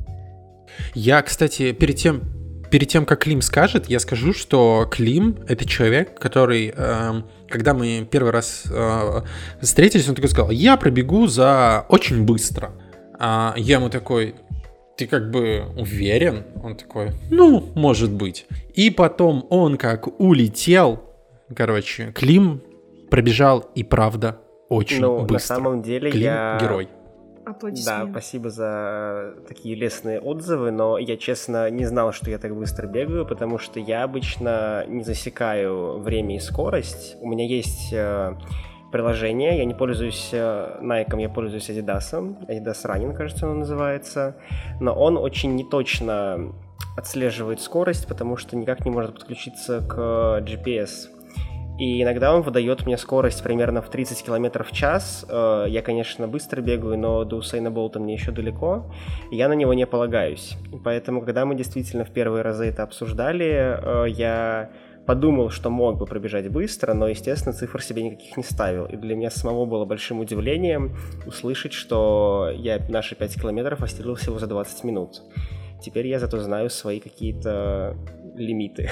Я, кстати, перед тем, перед тем, как Клим скажет, я скажу, что Клим — это человек, который, э, когда мы первый раз э, встретились, он такой сказал: я пробегу за очень быстро. А я ему такой: ты как бы уверен? Он такой: ну, может быть. И потом он как улетел, короче, Клим пробежал и правда очень Ну, быстро. на самом деле Клим я... герой. Да, Аплодисменты. спасибо за такие лестные отзывы, но я, честно, не знал, что я так быстро бегаю, потому что я обычно не засекаю время и скорость. У меня есть э, приложение, я не пользуюсь э, Nike, я пользуюсь Adidas, Adidas Running, кажется, он называется, но он очень неточно отслеживает скорость, потому что никак не может подключиться к джи пи эс. И иногда он выдает мне скорость примерно в тридцать километров в час. Я, конечно, быстро бегаю, но до Усейна Болта мне еще далеко. И я на него не полагаюсь. Поэтому, когда мы действительно в первые разы это обсуждали, я подумал, что мог бы пробежать быстро, но, естественно, цифр себе никаких не ставил. И для меня самого было большим удивлением услышать, что я наши пять километров осилил всего за двадцать минут. Теперь я зато знаю свои какие-то лимиты.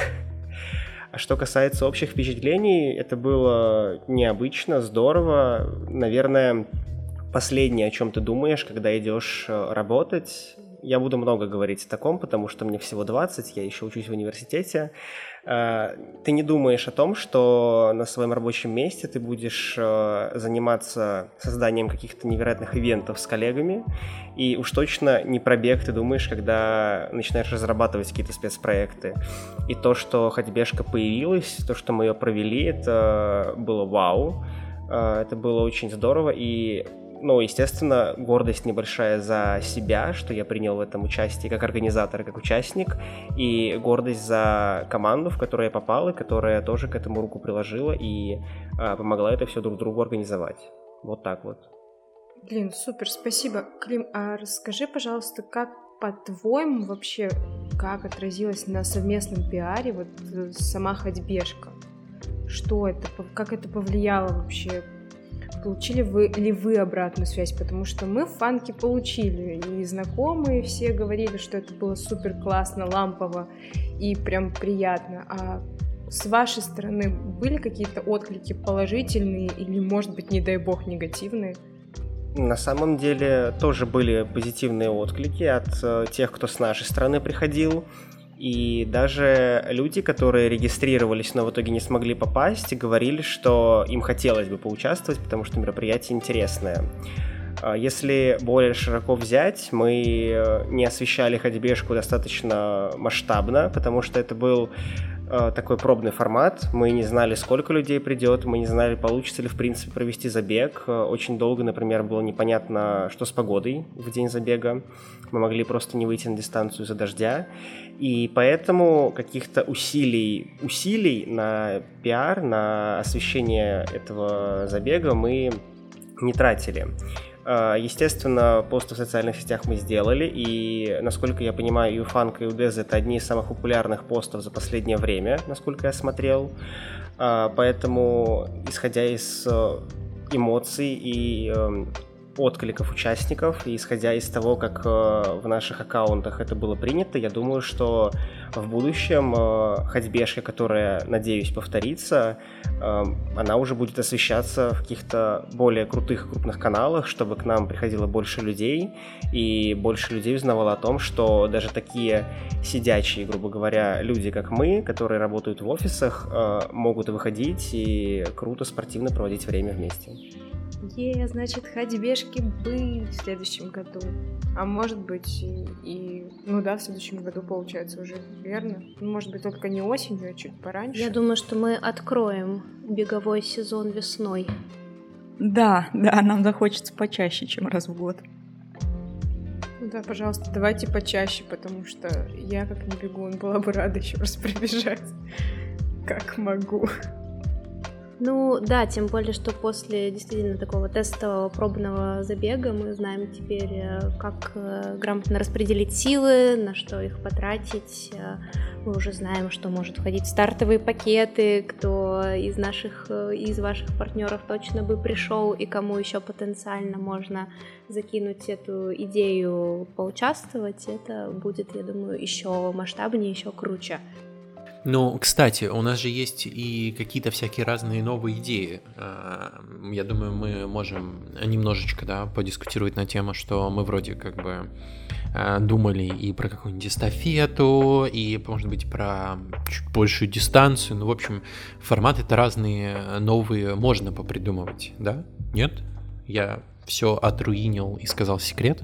А что касается общих впечатлений, это было необычно, здорово. Наверное, последнее, о чем ты думаешь, когда идешь работать. Я буду много говорить о таком, потому что мне всего двадцать, я еще учусь в университете. Ты не думаешь о том, что на своем рабочем месте ты будешь заниматься созданием каких-то невероятных ивентов с коллегами, и уж точно не про бег ты думаешь, когда начинаешь разрабатывать какие-то спецпроекты. И то, что ходьбежка появилась, то, что мы ее провели, это было вау, это было очень здорово, и ну, естественно, гордость небольшая за себя, что я принял в этом участие как организатор и как участник, и гордость за команду, в которую я попал, и которая тоже к этому руку приложила и а, помогла это все друг другу организовать. Вот так вот. Блин, супер, спасибо. Клим, а расскажи, пожалуйста, как по-твоему вообще, как отразилась на совместном пиаре вот сама ходьбежка? Что это, как это повлияло вообще? Получили вы, ли вы обратную связь? Потому что мы в фанке получили, и знакомые все говорили, что это было супер классно, лампово и прям приятно. А с вашей стороны были какие-то отклики положительные или, может быть, не дай бог, негативные? На самом деле тоже были позитивные отклики от э, тех, кто с нашей стороны приходил. И даже люди, которые регистрировались, но в итоге не смогли попасть, говорили, что им хотелось бы поучаствовать, потому что мероприятие интересное. Если более широко взять, мы не освещали ходьбежку достаточно масштабно, потому что это был такой пробный формат. Мы не знали, сколько людей придет, мы не знали, получится ли в принципе провести забег. Очень долго, например, было непонятно, что с погодой в день забега. Мы могли просто не выйти на дистанцию из-за дождя. И поэтому каких-то усилий, усилий на пиар, на освещение этого забега мы не тратили. Естественно, посты в социальных сетях мы сделали, и, насколько я понимаю, и у Фанка, и у Деза это одни из самых популярных постов за последнее время, насколько я смотрел. Поэтому, исходя из эмоций и откликов участников, и исходя из того, как в наших аккаунтах это было принято, я думаю, что в будущем ходьбежка, которая, надеюсь, повторится, она уже будет освещаться в каких-то более крутых крупных каналах, чтобы к нам приходило больше людей, и больше людей узнавало о том, что даже такие сидячие, грубо говоря, люди, как мы, которые работают в офисах, могут выходить и круто, спортивно проводить время вместе. Е, значит, ходьбежки быть в следующем году. А может быть и, и... Ну да, в следующем году получается уже, верно? Ну, может быть, только не осенью, а чуть пораньше. Я думаю, что мы откроем беговой сезон весной. Да, да, нам захочется почаще, чем раз в год. Ну да, пожалуйста, давайте почаще, потому что я, как не бегун, была бы рада еще раз пробежать. Как могу. Ну да, тем более, что после действительно такого тестового пробного забега мы знаем теперь, как грамотно распределить силы, на что их потратить. Мы уже знаем, что может входить в стартовые пакеты, кто из наших, из ваших партнеров точно бы пришел и кому еще потенциально можно закинуть эту идею поучаствовать. Это будет, я думаю, еще масштабнее, еще круче. Ну, кстати, у нас же есть и какие-то всякие разные новые идеи. Я думаю, мы можем немножечко, да, подискутировать на тему, что мы вроде как бы думали и про какую-нибудь эстафету, и, может быть, про чуть большую дистанцию. Ну, в общем, форматы-то разные, новые можно попридумывать, да? Нет? Я все отруинил и сказал секрет?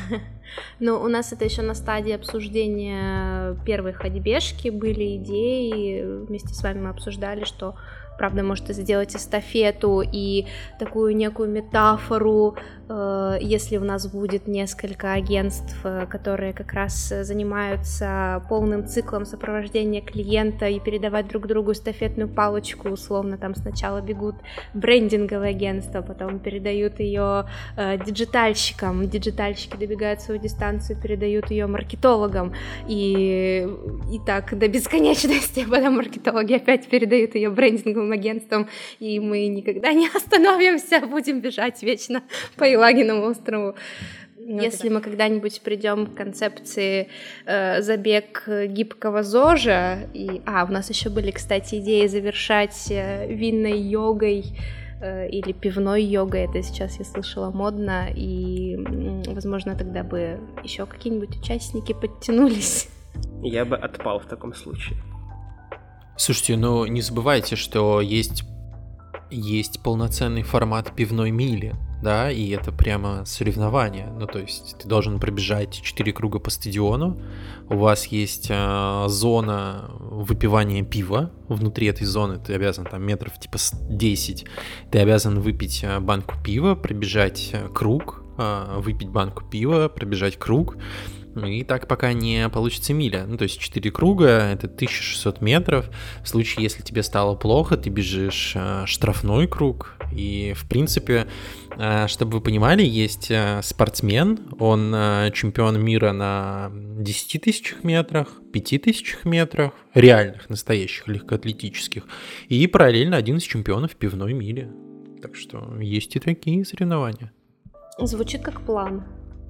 Но у нас это еще на стадии обсуждения первой ходьбежки были идеи, вместе с вами мы обсуждали, что правда может сделать эстафету и такую некую метафору, э, если у нас будет несколько агентств, которые как раз занимаются полным циклом сопровождения клиента и передавать друг другу эстафетную палочку, условно там сначала бегут брендинговые агентства, потом передают ее э, диджитальщикам, диджитальщики добегают свою дистанцию, передают ее маркетологам, и, и так до бесконечности, а потом маркетологи опять передают ее брендинговым агентством, и мы никогда не остановимся, будем бежать вечно по Елагиному острову. Ну, Если да. мы когда-нибудь придем к концепции э, забег гибкого ЗОЖа, и... а, у нас еще были, кстати, идеи завершать э, винной йогой э, или пивной йогой, это сейчас я слышала модно, и, возможно, тогда бы еще какие-нибудь участники подтянулись. Я бы отпал в таком случае. Слушайте, ну не забывайте, что есть, есть полноценный формат пивной мили, да, и это прямо соревнование. Ну, то есть ты должен пробежать четыре круга по стадиону, у вас есть э, зона выпивания пива, внутри этой зоны ты обязан там метров типа десять, ты обязан выпить банку пива, пробежать круг, э, выпить банку пива, пробежать круг. И так пока не получится миля. Ну, то есть четыре круга, это тысяча шестьсот метров. В случае, если тебе стало плохо, ты бежишь э, штрафной круг. И, в принципе, э, чтобы вы понимали, есть э, спортсмен, он э, чемпион мира на десяти тысячах метрах, пяти тысячах метрах, реальных, настоящих, легкоатлетических. И параллельно один из чемпионов пивной мили. Так что есть и такие соревнования. Звучит как план.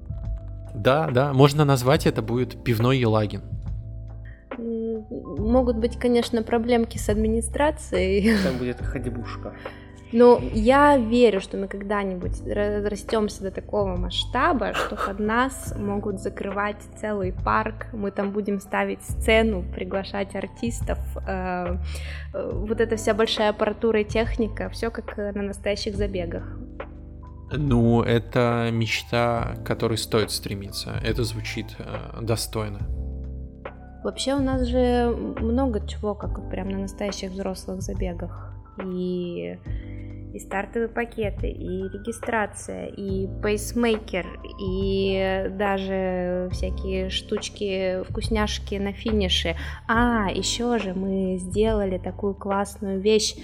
Да, да, можно назвать это будет пивной Елагин. Могут быть, конечно, проблемки с администрацией. Там будет ходьбушка. Но я верю, что мы когда-нибудь разрастемся до такого масштаба, что под нас могут закрывать целый парк, мы там будем ставить сцену, приглашать артистов, э, э, вот эта вся большая аппаратура и техника, все как на настоящих забегах. Ну, это мечта, к которой стоит стремиться. Это звучит э, достойно. Вообще у нас же много чего, как прям на настоящих взрослых забегах. И, и стартовые пакеты, и регистрация, и пейсмейкер, и даже всякие штучки, вкусняшки на финише. А, еще же мы сделали такую классную вещь.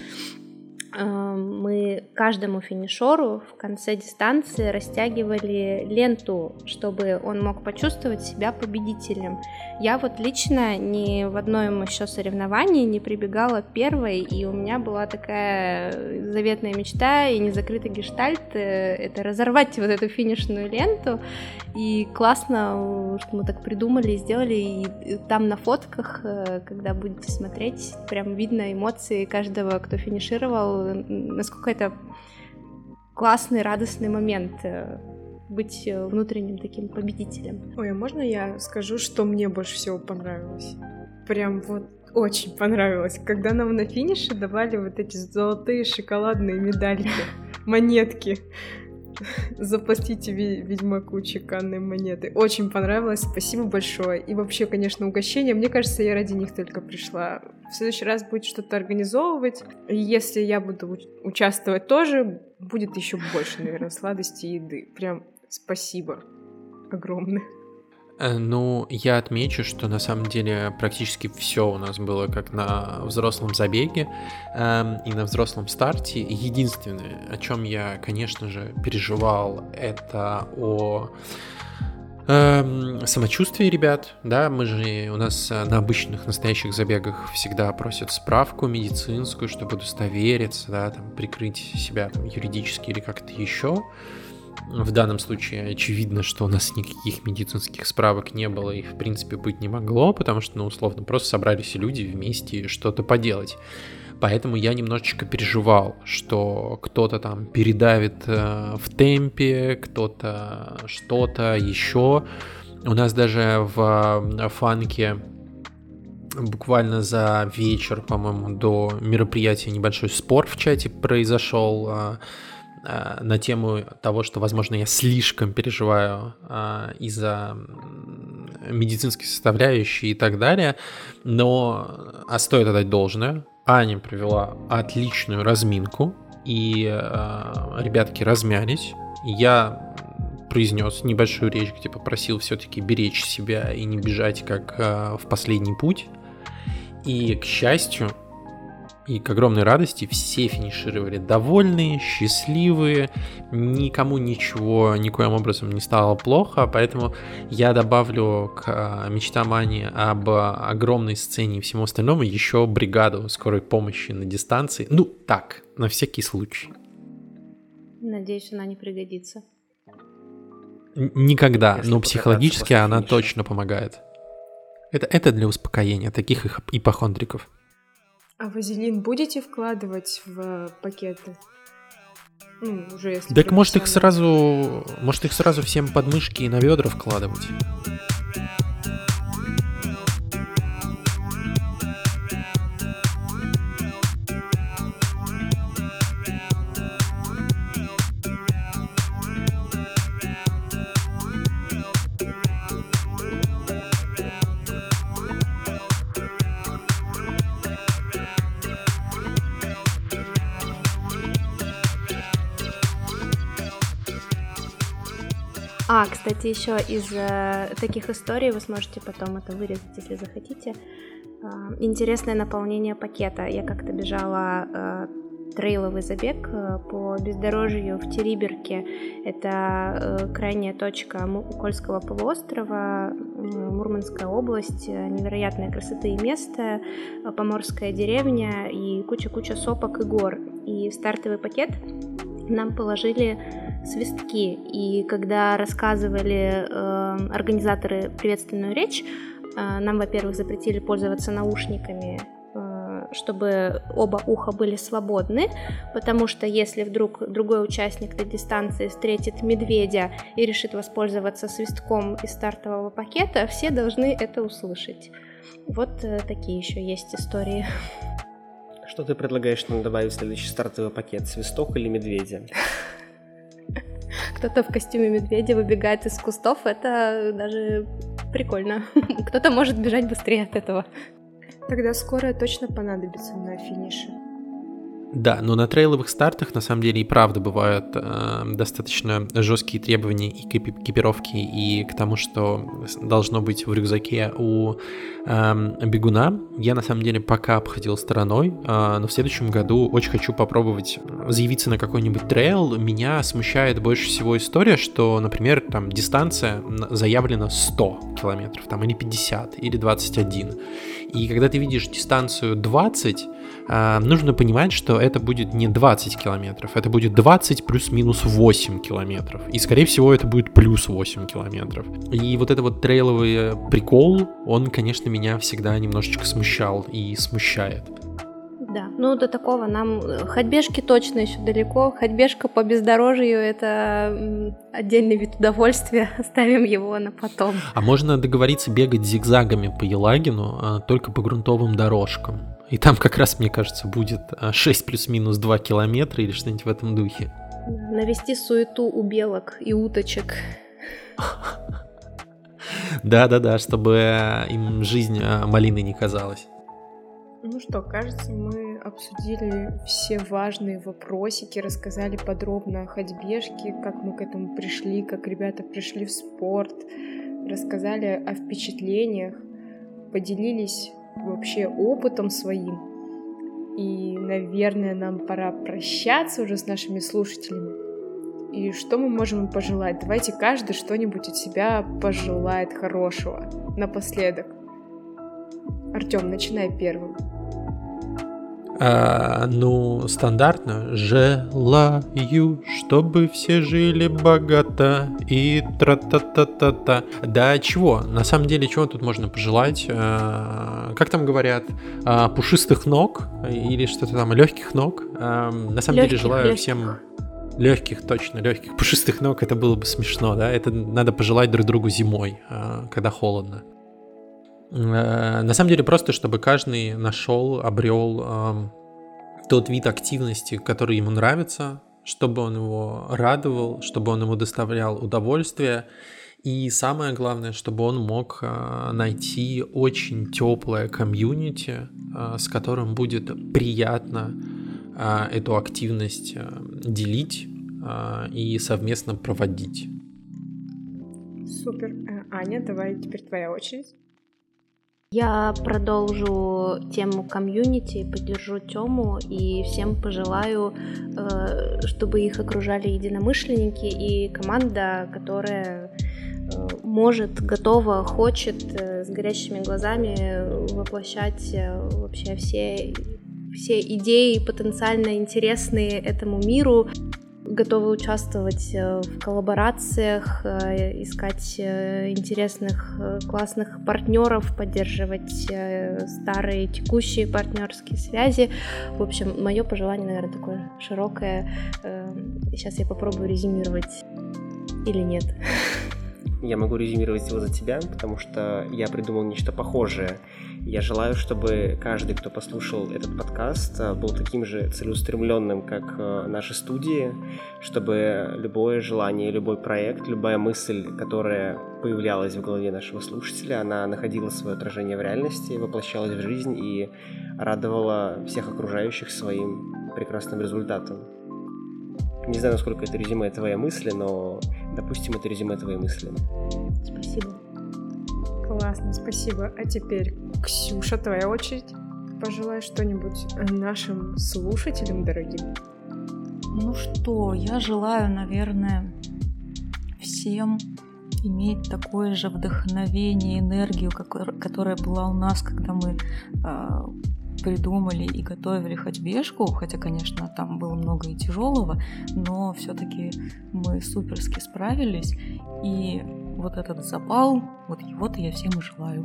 Мы каждому финишеру в конце дистанции растягивали ленту, чтобы он мог почувствовать себя победителем. Я вот лично ни в одном еще соревновании не прибегала первой, и у меня была такая заветная мечта и незакрытый гештальт — это разорвать вот эту финишную ленту. И классно, что мы так придумали и сделали, и там на фотках, когда будете смотреть, прям видно эмоции каждого, кто финишировал, насколько это классный, радостный момент быть внутренним таким победителем. Ой, а можно я скажу, что мне больше всего понравилось? Прям вот очень понравилось, когда нам на финише давали вот эти золотые шоколадные медальки. монетки. Заплатите ведьмаку чеканные монеты. Очень понравилось, спасибо большое. И вообще, конечно, угощение. Мне кажется, я ради них только пришла. В следующий раз будет что-то организовывать. И если я буду участвовать тоже, будет еще больше, наверное, сладости и еды. Прям спасибо огромное. Ну, я отмечу, что на самом деле практически все у нас было как на взрослом забеге эм, и на взрослом старте. Единственное, о чем я, конечно же, переживал, это о эм, самочувствии ребят. Да, мы же у нас на обычных настоящих забегах всегда просят справку медицинскую, чтобы удостовериться, да, там, прикрыть себя там, юридически или как-то еще. В данном случае очевидно, что у нас никаких медицинских справок не было и, в принципе, быть не могло, потому что, ну, условно, просто собрались люди вместе что-то поделать. Поэтому я немножечко переживал, что кто-то там передавит э, в темпе, кто-то что-то еще. У нас даже в фанке буквально за вечер, по-моему, до мероприятия небольшой спор в чате произошел э, на тему того, что, возможно, я слишком переживаю а, из-за медицинской составляющей и так далее, но а стоит отдать должное, Аня провела отличную разминку, и а, ребятки размялись, я произнес небольшую речь, где попросил все-таки беречь себя и не бежать как а, в последний путь, и, к счастью, и к огромной радости все финишировали довольные, счастливые, никому ничего никоим образом не стало плохо, поэтому я добавлю к мечтам Ани об огромной сцене и всему остальному еще бригаду скорой помощи на дистанции. Ну, так, на всякий случай. Надеюсь, она не пригодится. Никогда, Если но психологически она финиша. Точно помогает. Это, это для успокоения таких ипохондриков. А вазелин будете вкладывать в пакеты? Ну, уже если так может их сразу, может их сразу всем под мышки и на ведра вкладывать. А, кстати, еще из э, таких историй, вы сможете потом это вырезать, если захотите. Э, интересное наполнение пакета. Я как-то бежала э, трейловый забег э, по бездорожью в Териберке. Это э, крайняя точка Кольского полуострова, э, Мурманская область, э, невероятной красоты и место, э, поморская деревня и куча-куча сопок и гор. И в стартовый пакет нам положили свистки, и когда рассказывали э, организаторы приветственную речь, э, нам, во-первых, запретили пользоваться наушниками, э, чтобы оба уха были свободны, потому что если вдруг другой участник этой дистанции встретит медведя и решит воспользоваться свистком из стартового пакета, все должны это услышать. Вот э, такие еще есть истории. Что ты предлагаешь нам добавить в следующий стартовый пакет? Свисток или медведя? Кто-то в костюме медведя выбегает из кустов, это даже прикольно. Кто-то может бежать быстрее от этого. Тогда скорая точно понадобится на финише. Да, но на трейловых стартах на самом деле и правда бывают э, достаточно жесткие требования и к экипировке, и к тому, что должно быть в рюкзаке у э, бегуна. Я на самом деле пока обходил стороной, э, но в следующем году очень хочу попробовать заявиться на какой-нибудь трейл. Меня смущает больше всего история, что, например, там дистанция заявлена сто километров, там, или пятьдесят, или двадцать один. И когда ты видишь дистанцию двадцать, э, нужно понимать, что это будет не двадцать километров, это будет двадцать плюс-минус восемь километров. И, скорее всего, это будет плюс восемь километров. И вот этот вот трейловый прикол, он, конечно, меня всегда немножечко смущал и смущает. Да, ну до такого нам ходьбежки точно еще далеко. Ходьбежка по бездорожью — это отдельный вид удовольствия. Оставим его на потом. А можно договориться бегать зигзагами по Елагину, а только по грунтовым дорожкам. И там как раз, мне кажется, будет шесть плюс-минус два километра или что-нибудь в этом духе. Навести суету у белок и уточек. Да-да-да, чтобы им жизнь малиной не казалась. Ну что, кажется, мы обсудили все важные вопросики, рассказали подробно о ходьбежке, как мы к этому пришли, как ребята пришли в спорт, рассказали о впечатлениях, поделились вообще опытом своим. И, наверное, нам пора прощаться уже с нашими слушателями. И что мы можем им пожелать? Давайте каждый что-нибудь от себя пожелает хорошего напоследок. Артём, начинай первым. А, ну, стандартно. Желаю, чтобы все жили богато и тра-та-та-та-та. Да чего? На самом деле, чего тут можно пожелать? А, как там говорят? А, пушистых ног или что-то там, легких ног. А, на самом легких, деле, желаю легких. всем... Легких, точно, легких. Пушистых ног, это было бы смешно, да? Это надо пожелать друг другу зимой, когда холодно. На самом деле, просто чтобы каждый нашел, обрел тот вид активности, который ему нравится, чтобы он его радовал, чтобы он ему доставлял удовольствие. И самое главное, чтобы он мог найти очень теплое комьюнити, с которым будет приятно эту активность делить и совместно проводить. Супер. Аня, давай теперь твоя очередь. Я продолжу тему комьюнити, поддержу Тему и всем пожелаю, чтобы их окружали единомышленники и команда, которая может, готова, хочет с горящими глазами воплощать вообще все все идеи потенциально интересные этому миру, готовы участвовать в коллаборациях, искать интересных, классных партнеров, поддерживать старые текущие партнерские связи. В общем, мое пожелание, наверное, такое широкое. Сейчас я попробую резюмировать или нет. Я могу резюмировать его за тебя, потому что я придумал нечто похожее. Я желаю, чтобы каждый, кто послушал этот подкаст, был таким же целеустремленным, как наши студии, чтобы любое желание, любой проект, любая мысль, которая появлялась в голове нашего слушателя, она находила свое отражение в реальности, воплощалась в жизнь и радовала всех окружающих своим прекрасным результатом. Не знаю, насколько это резюме твоей мысли, но, допустим, это резюме твоей мысли. Спасибо. Классно, спасибо. А теперь, Ксюша, твоя очередь. Пожелай что-нибудь нашим слушателям дорогим. Ну что, я желаю, наверное, всем иметь такое же вдохновение, энергию, которая была у нас, когда мы придумали и готовили ходьбежку, хотя, конечно, там было много и тяжелого, но все-таки мы суперски справились, и вот этот запал, вот его-то я всем и желаю.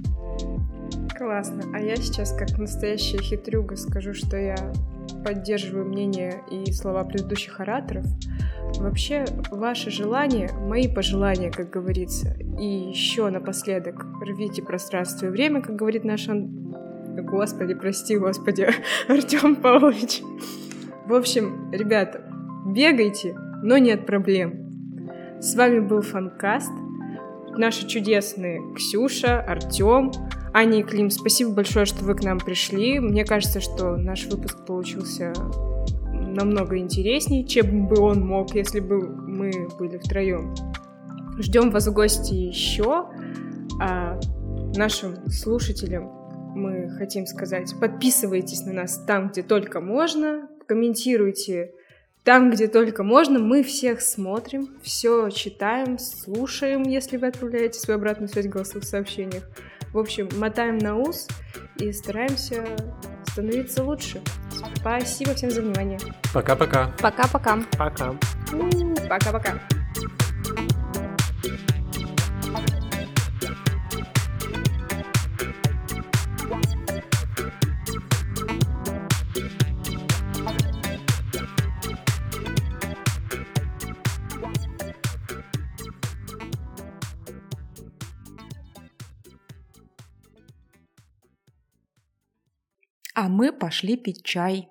Классно. А я сейчас, как настоящая хитрюга, скажу, что я поддерживаю мнение и слова предыдущих ораторов. Вообще, ваши желания, мои пожелания, как говорится. И еще напоследок, рвите пространство и время, как говорит наш Ан... Господи, прости, господи, Артём Павлович. В общем, ребята, бегайте, но нет проблем. С вами был Фанкаст. Наши чудесные Ксюша, Артём, Аня и Клим, спасибо большое, что вы к нам пришли. Мне кажется, что наш выпуск получился намного интереснее, чем бы он мог, если бы мы были втроем. Ждем вас в гости еще. А нашим слушателям мы хотим сказать, подписывайтесь на нас там, где только можно, комментируйте там, где только можно. Мы всех смотрим, все читаем, слушаем, если вы отправляете свою обратную связь в голосовых сообщениях. В общем, мотаем на ус и стараемся становиться лучше. Спасибо всем за внимание. Пока-пока. Пока-пока. Пока. Пока-пока. А мы пошли пить чай.